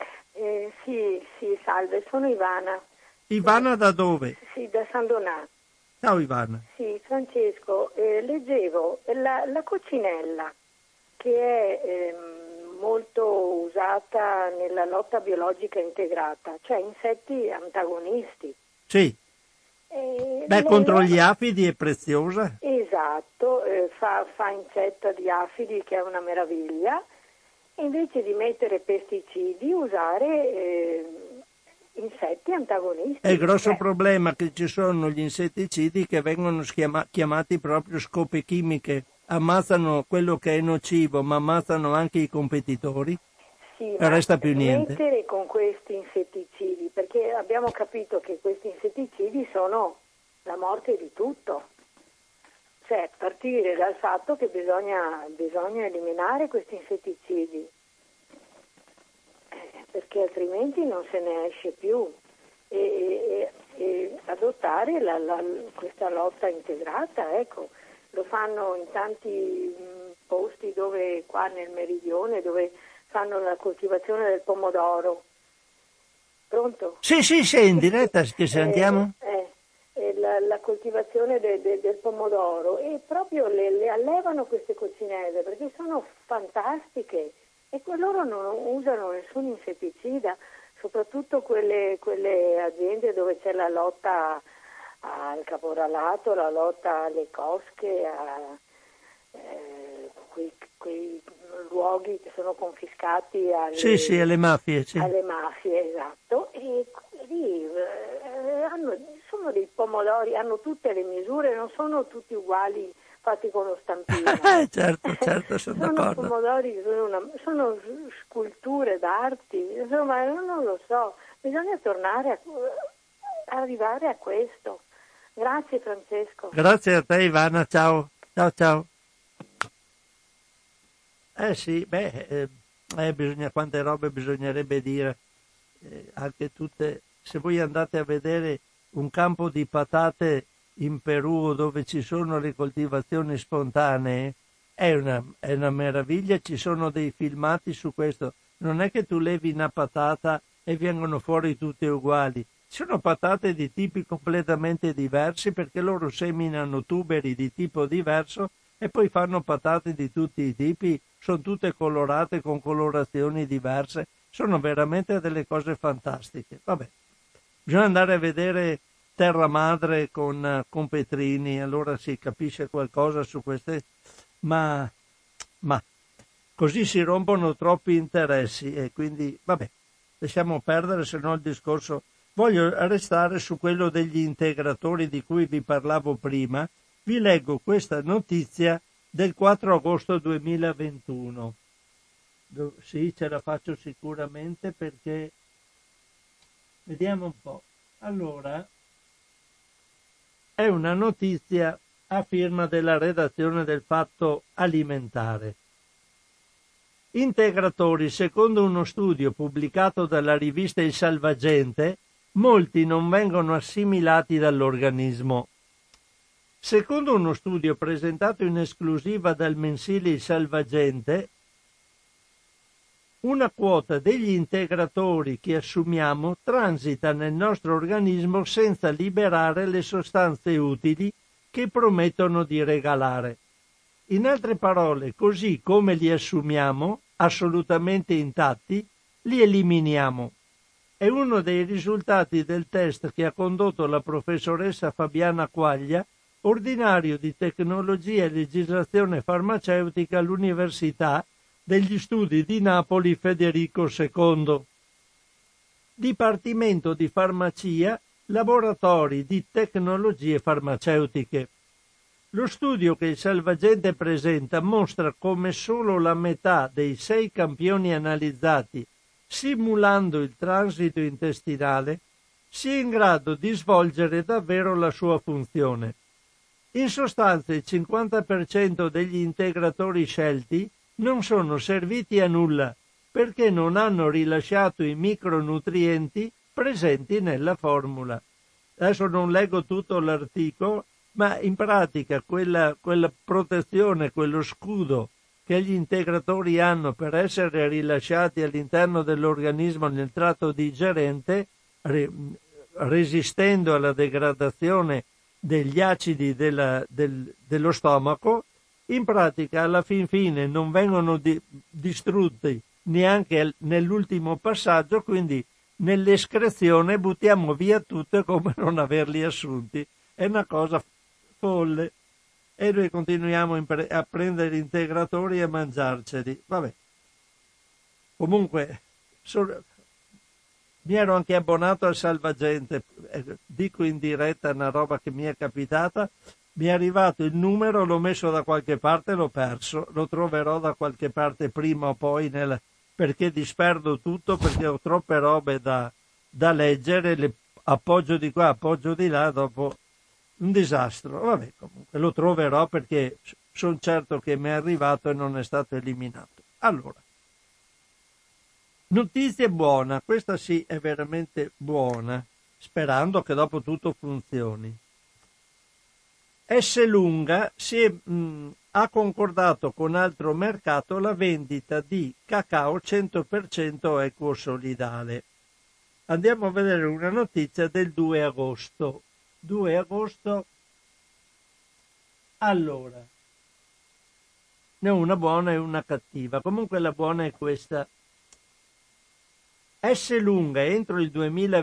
Sì, salve, sono Ivana. Ivana da dove? Sì, da San Donato. Ciao Ivana. Sì, Francesco, leggevo la coccinella che è molto usata nella lotta biologica integrata, cioè insetti antagonisti. Sì. Contro gli afidi è preziosa. Esatto, fa incetta di afidi che è una meraviglia. Invece di mettere pesticidi, usare insetti antagonisti. È il grosso problema che ci sono gli insetticidi che vengono chiamati proprio scope chimiche. Ammazzano quello che è nocivo, ma ammazzano anche i competitori. Sì, e resta più niente. Smettere con questi insetticidi, perché abbiamo capito che questi insetticidi sono la morte di tutto. Cioè, partire dal fatto che bisogna eliminare questi insetticidi, perché altrimenti non se ne esce più, e adottare questa lotta integrata, ecco. Lo fanno in tanti posti dove, qua nel meridione, dove fanno la coltivazione del pomodoro. Pronto? Sì, sei in diretta, che sentiamo? La coltivazione del pomodoro, e proprio le allevano queste coccinelle perché sono fantastiche, e loro non usano nessun insetticida, soprattutto quelle aziende dove c'è la lotta al caporalato, la lotta alle cosche, a quei luoghi che sono confiscati alle mafie, sì. Alle mafie, esatto, e lì sono dei pomodori, hanno tutte le misure, non sono tutti uguali fatti con lo stampino. certo, sono d'accordo. Pomodori, sono sculture d'arte, insomma, non lo so, bisogna tornare arrivare a questo. Grazie Francesco. Grazie a te Ivana, ciao. Sì, quante robe bisognerebbe dire, anche tutte. Se voi andate a vedere un campo di patate in Perù dove ci sono le coltivazioni spontanee, è una meraviglia, ci sono dei filmati su questo. Non è che tu levi una patata e vengono fuori tutte uguali. Ci sono patate di tipi completamente diversi perché loro seminano tuberi di tipo diverso e poi fanno patate di tutti i tipi, sono tutte colorate con colorazioni diverse, sono veramente delle cose fantastiche. Vabbè, bisogna andare a vedere Terra Madre con Petrini, allora si capisce qualcosa su queste, ma così si rompono troppi interessi e quindi vabbè, lasciamo perdere, se no il discorso. Voglio restare su quello degli integratori di cui vi parlavo prima. Vi leggo questa notizia del 4 agosto 2021. Sì, ce la faccio sicuramente perché vediamo un po'. Allora, è una notizia a firma della redazione del Fatto Alimentare. Integratori, secondo uno studio pubblicato dalla rivista Il Salvagente, molti non vengono assimilati dall'organismo. Secondo uno studio presentato in esclusiva dal mensile Il Salvagente, una quota degli integratori che assumiamo transita nel nostro organismo senza liberare le sostanze utili che promettono di regalare. In altre parole, così come li assumiamo, assolutamente intatti, li eliminiamo. È uno dei risultati del test che ha condotto la professoressa Fabiana Quaglia, ordinario di tecnologia e legislazione farmaceutica all'Università degli Studi di Napoli Federico II. Dipartimento di Farmacia, Laboratori di Tecnologie Farmaceutiche. Lo studio che il Salvagente presenta mostra come solo la metà dei 6 campioni analizzati, simulando il transito intestinale, sia in grado di svolgere davvero la sua funzione. In sostanza il 50% degli integratori scelti non sono serviti a nulla perché non hanno rilasciato i micronutrienti presenti nella formula. Adesso non leggo tutto l'articolo, ma in pratica quella protezione, quello scudo che gli integratori hanno per essere rilasciati all'interno dell'organismo nel tratto digerente, resistendo alla degradazione degli acidi dello stomaco, in pratica alla fin fine non vengono distrutti neanche nell'ultimo passaggio, quindi nell'escrezione buttiamo via tutto come non averli assunti. È una cosa folle. E noi continuiamo a prendere integratori e a mangiarceli. Vabbè. Comunque, mi ero anche abbonato al Salvagente, dico in diretta una roba che mi è capitata, mi è arrivato il numero, l'ho messo da qualche parte, l'ho perso, lo troverò da qualche parte prima o poi, perché disperdo tutto, perché ho troppe robe da leggere, le appoggio di qua, appoggio di là, dopo un disastro. Vabbè, comunque lo troverò perché sono certo che mi è arrivato e non è stato eliminato. Allora, notizia buona, questa sì è veramente buona, sperando che dopo tutto funzioni. Esselunga ha concordato con altro mercato la vendita di cacao 100% equo solidale. Andiamo a vedere una notizia del 2 agosto. 2 agosto, allora, ne ho una buona e una cattiva. Comunque la buona è questa. Esselunga entro il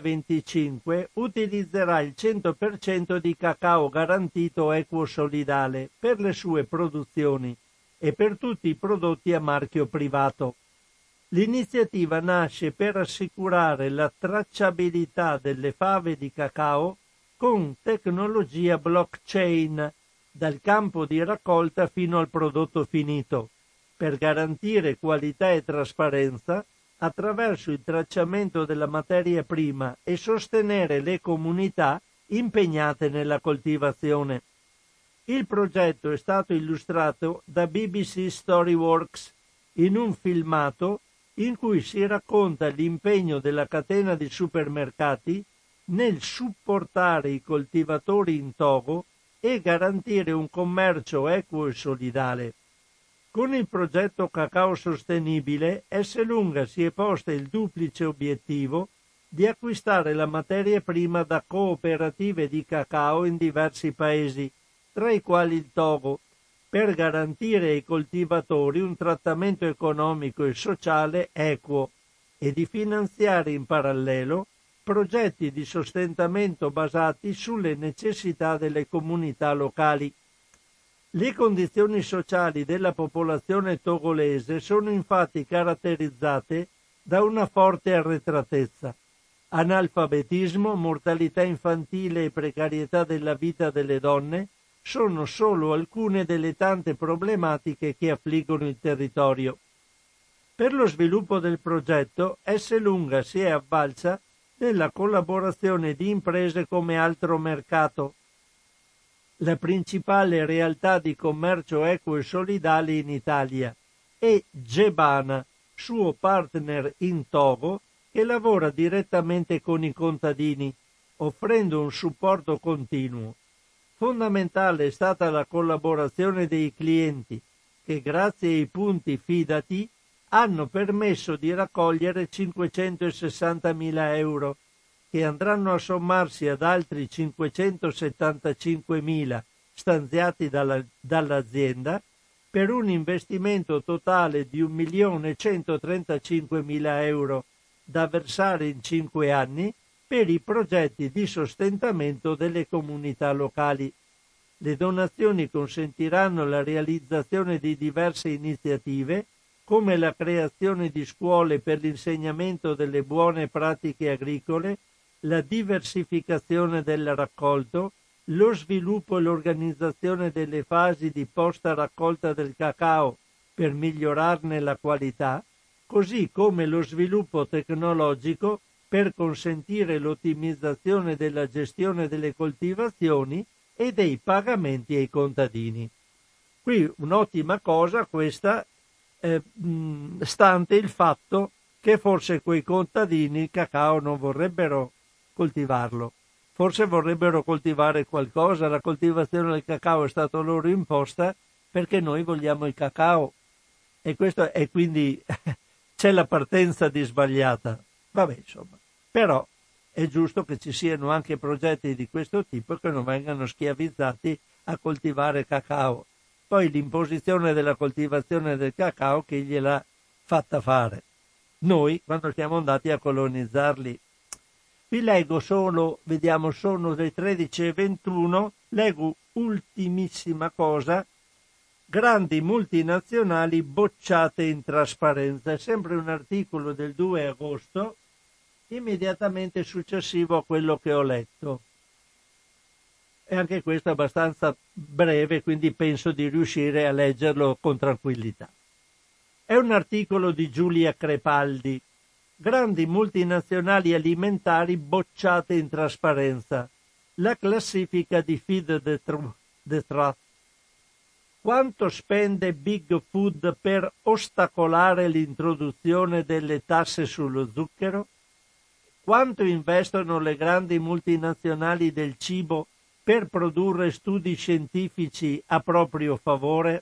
2025 utilizzerà il 100% di cacao garantito equo solidale per le sue produzioni e per tutti i prodotti a marchio privato. L'iniziativa nasce per assicurare la tracciabilità delle fave di cacao con tecnologia blockchain dal campo di raccolta fino al prodotto finito, per garantire qualità e trasparenza attraverso il tracciamento della materia prima e sostenere le comunità impegnate nella coltivazione. Il progetto è stato illustrato da BBC Storyworks in un filmato in cui si racconta l'impegno della catena di supermercati nel supportare i coltivatori in Togo e garantire un commercio equo e solidale. Con il progetto Cacao Sostenibile, Esselunga si è posta il duplice obiettivo di acquistare la materia prima da cooperative di cacao in diversi paesi, tra i quali il Togo, per garantire ai coltivatori un trattamento economico e sociale equo e di finanziare in parallelo progetti di sostentamento basati sulle necessità delle comunità locali. Le condizioni sociali della popolazione togolese sono infatti caratterizzate da una forte arretratezza, analfabetismo, mortalità infantile e precarietà della vita delle donne sono solo alcune delle tante problematiche che affliggono il territorio. Per lo sviluppo del progetto, Esselunga si è avvalsa della collaborazione di imprese come Altro Mercato, la principale realtà di commercio equo e solidale in Italia, e Gebana, suo partner in Togo, che lavora direttamente con i contadini, offrendo un supporto continuo. Fondamentale è stata la collaborazione dei clienti, che grazie ai punti Fidati hanno permesso di raccogliere 560.000 euro, che andranno a sommarsi ad altri 575.000 stanziati dall'azienda per un investimento totale di 1.135.000 euro da versare in 5 anni per i progetti di sostentamento delle comunità locali. Le donazioni consentiranno la realizzazione di diverse iniziative come la creazione di scuole per l'insegnamento delle buone pratiche agricole, la diversificazione del raccolto, lo sviluppo e l'organizzazione delle fasi di post raccolta del cacao per migliorarne la qualità, così come lo sviluppo tecnologico per consentire l'ottimizzazione della gestione delle coltivazioni e dei pagamenti ai contadini. Qui un'ottima cosa questa, stante il fatto che forse quei contadini il cacao non vorrebbero coltivarlo, forse vorrebbero coltivare qualcosa. La coltivazione del cacao è stata loro imposta perché noi vogliamo il cacao, e questo è, quindi c'è la partenza di sbagliata. Vabbè, insomma, però è giusto che ci siano anche progetti di questo tipo che non vengano schiavizzati a coltivare cacao. Poi l'imposizione della coltivazione del cacao chi gliel'ha fatta fare? Noi, quando siamo andati a colonizzarli. Vi leggo solo, vediamo, sono le 13:21, leggo ultimissima cosa: grandi multinazionali bocciate in trasparenza. È sempre un articolo del 2 agosto, immediatamente successivo a quello che ho letto. E anche questo è abbastanza breve, quindi penso di riuscire a leggerlo con tranquillità. È un articolo di Giulia Crepaldi. Grandi multinazionali alimentari bocciate in trasparenza. La classifica di Feed the Truth. Quanto spende Big Food per ostacolare l'introduzione delle tasse sullo zucchero? Quanto investono le grandi multinazionali del cibo per produrre studi scientifici a proprio favore?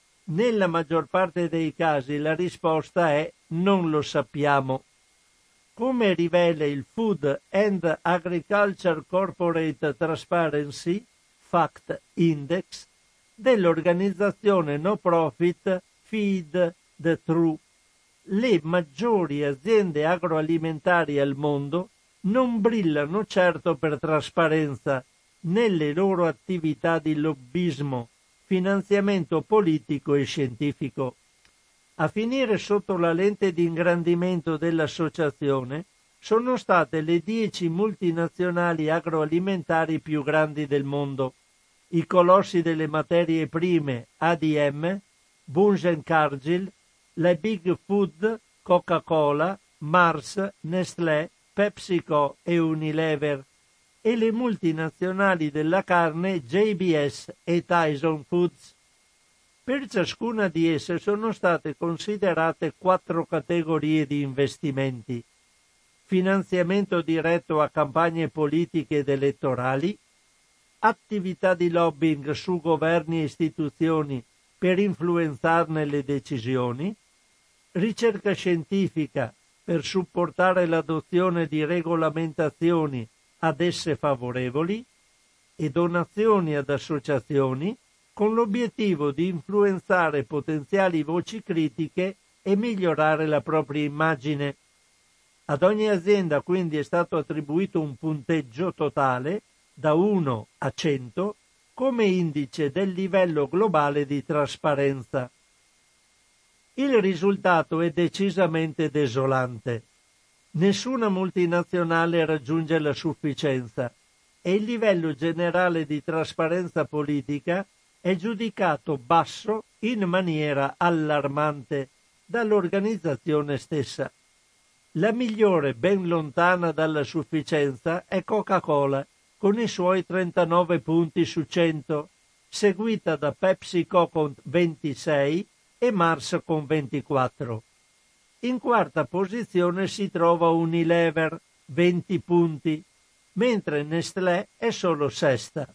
Nella maggior parte dei casi la risposta è non lo sappiamo. come rivela il Food and Agriculture Corporate Transparency Fact Index dell'organizzazione no profit Feed the Truth, le maggiori aziende agroalimentari al mondo non brillano certo per trasparenza nelle loro attività di lobbismo, finanziamento politico e scientifico. A finire sotto la lente di ingrandimento dell'associazione sono state le 10 multinazionali agroalimentari più grandi del mondo, i colossi delle materie prime ADM, Bunge & Cargill, la Big Food, Coca-Cola, Mars, Nestlé, PepsiCo e Unilever, e le multinazionali della carne JBS e Tyson Foods. Per ciascuna di esse sono state considerate 4 categorie di investimenti: finanziamento diretto a campagne politiche ed elettorali, attività di lobbying su governi e istituzioni per influenzarne le decisioni, ricerca scientifica per supportare l'adozione di regolamentazioni ad esse favorevoli e donazioni ad associazioni con l'obiettivo di influenzare potenziali voci critiche e migliorare la propria immagine. Ad ogni azienda quindi è stato attribuito un punteggio totale da 1 a 100 come indice del livello globale di trasparenza. Il risultato è decisamente desolante. Nessuna multinazionale raggiunge la sufficienza e il livello generale di trasparenza politica è giudicato basso in maniera allarmante dall'organizzazione stessa. La migliore, ben lontana dalla sufficienza, è Coca-Cola, con i suoi 39 punti su 100, seguita da PepsiCo con 26 e Mars con 24. In quarta posizione si trova Unilever, 20 punti, mentre Nestlé è solo sesta.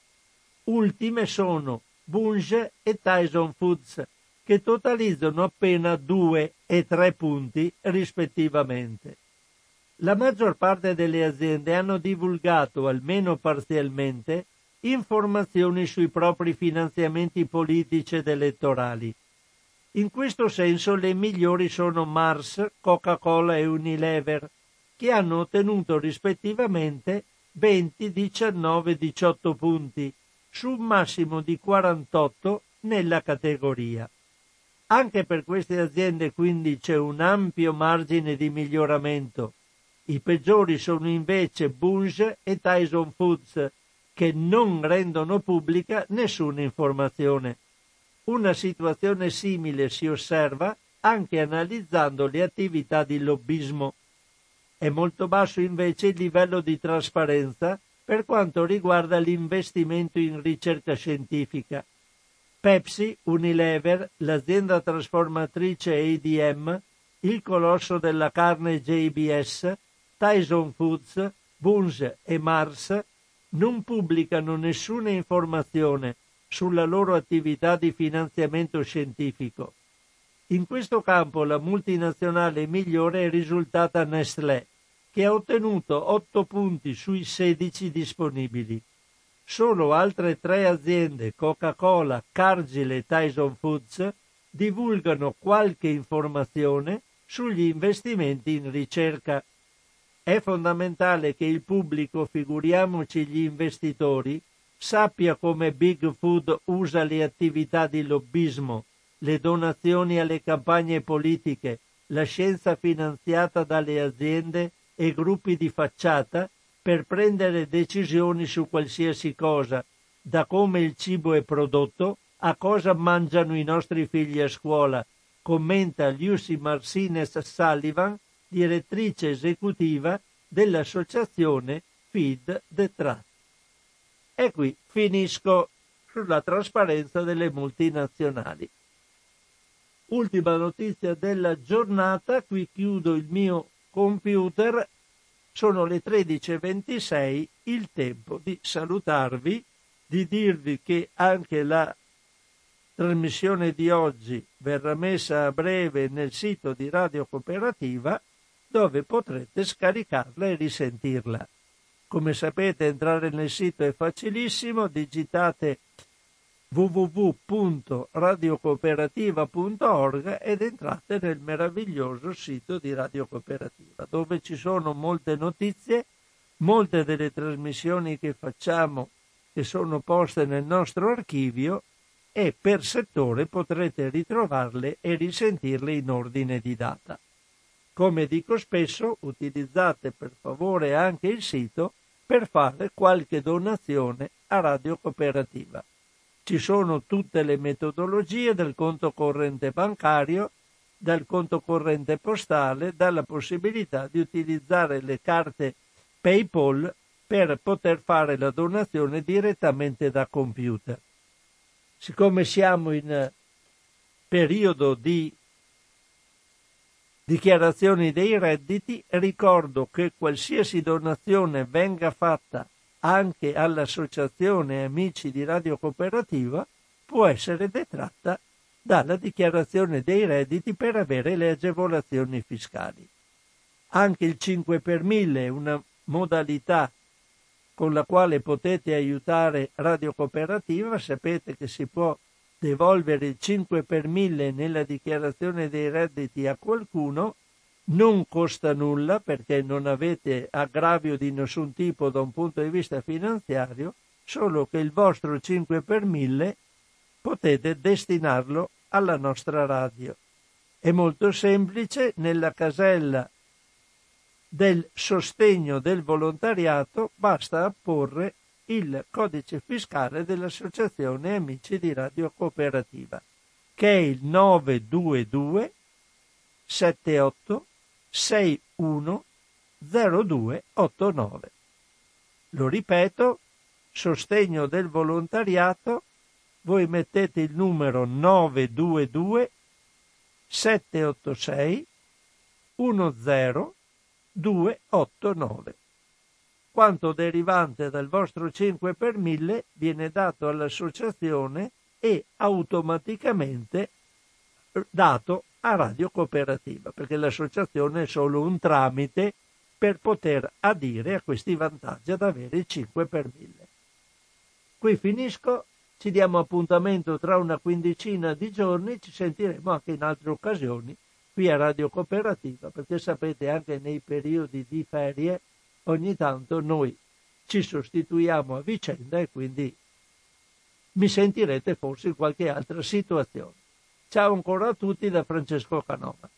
Ultime sono Bunge e Tyson Foods, che totalizzano appena 2 e 3 punti rispettivamente. La maggior parte delle aziende hanno divulgato, almeno parzialmente, informazioni sui propri finanziamenti politici ed elettorali. In questo senso le migliori sono Mars, Coca-Cola e Unilever, che hanno ottenuto rispettivamente 20, 19 e 18 punti, su un massimo di 48 nella categoria. Anche per queste aziende quindi c'è un ampio margine di miglioramento. I peggiori sono invece Bunge e Tyson Foods, che non rendono pubblica nessuna informazione. Una situazione simile si osserva anche analizzando le attività di lobbismo. È molto basso invece il livello di trasparenza per quanto riguarda l'investimento in ricerca scientifica. Pepsi, Unilever, l'azienda trasformatrice ADM, il colosso della carne JBS, Tyson Foods, Bunge e Mars non pubblicano nessuna informazione sulla loro attività di finanziamento scientifico. In questo campo la multinazionale migliore è risultata Nestlé, che ha ottenuto 8 punti sui 16 disponibili. Solo altre 3 aziende, Coca-Cola, Cargill e Tyson Foods, divulgano qualche informazione sugli investimenti in ricerca. È fondamentale che il pubblico, figuriamoci gli investitori, sappia come Big Food usa le attività di lobbismo, le donazioni alle campagne politiche, la scienza finanziata dalle aziende e gruppi di facciata per prendere decisioni su qualsiasi cosa, da come il cibo è prodotto a cosa mangiano i nostri figli a scuola, commenta Lucy Martinez Sullivan, direttrice esecutiva dell'associazione Feed the Truth. E qui finisco sulla trasparenza delle multinazionali. Ultima notizia della giornata, qui chiudo il mio computer, sono le 13:26, il tempo di salutarvi, di dirvi che anche la trasmissione di oggi verrà messa a breve nel sito di Radio Cooperativa dove potrete scaricarla e risentirla. Come sapete, entrare nel sito è facilissimo, digitate www.radiocooperativa.org ed entrate nel meraviglioso sito di Radio Cooperativa, dove ci sono molte notizie, molte delle trasmissioni che facciamo che sono poste nel nostro archivio, e per settore potrete ritrovarle e risentirle in ordine di data. Come dico spesso, utilizzate per favore anche il sito per fare qualche donazione a Radio Cooperativa. Ci sono tutte le metodologie del conto corrente bancario, dal conto corrente postale, dalla possibilità di utilizzare le carte PayPal per poter fare la donazione direttamente da computer. Siccome siamo in periodo di dichiarazioni dei redditi, ricordo che qualsiasi donazione venga fatta anche all'Associazione Amici di Radio Cooperativa può essere detratta dalla dichiarazione dei redditi per avere le agevolazioni fiscali. Anche il 5 per 1000 è una modalità con la quale potete aiutare Radio Cooperativa. Sapete che si può devolvere il 5 per 1000 nella dichiarazione dei redditi a qualcuno, non costa nulla perché non avete aggravio di nessun tipo da un punto di vista finanziario, solo che il vostro 5 per 1000 potete destinarlo alla nostra radio. È molto semplice, nella casella del sostegno del volontariato basta apporre il codice fiscale dell'Associazione Amici di Radio Cooperativa, che è il 922 78 61 0289. Lo ripeto, sostegno del volontariato, voi mettete il numero 922 786 10289. Quanto derivante dal vostro 5 per 1000 viene dato all'associazione e automaticamente dato a Radio Cooperativa, perché l'associazione è solo un tramite per poter adire a questi vantaggi ad avere il 5 per 1000. Qui finisco, ci diamo appuntamento tra una quindicina di giorni, ci sentiremo anche in altre occasioni qui a Radio Cooperativa, perché sapete anche nei periodi di ferie ogni tanto noi ci sostituiamo a vicenda e quindi mi sentirete forse in qualche altra situazione. Ciao ancora a tutti da Francesco Canova.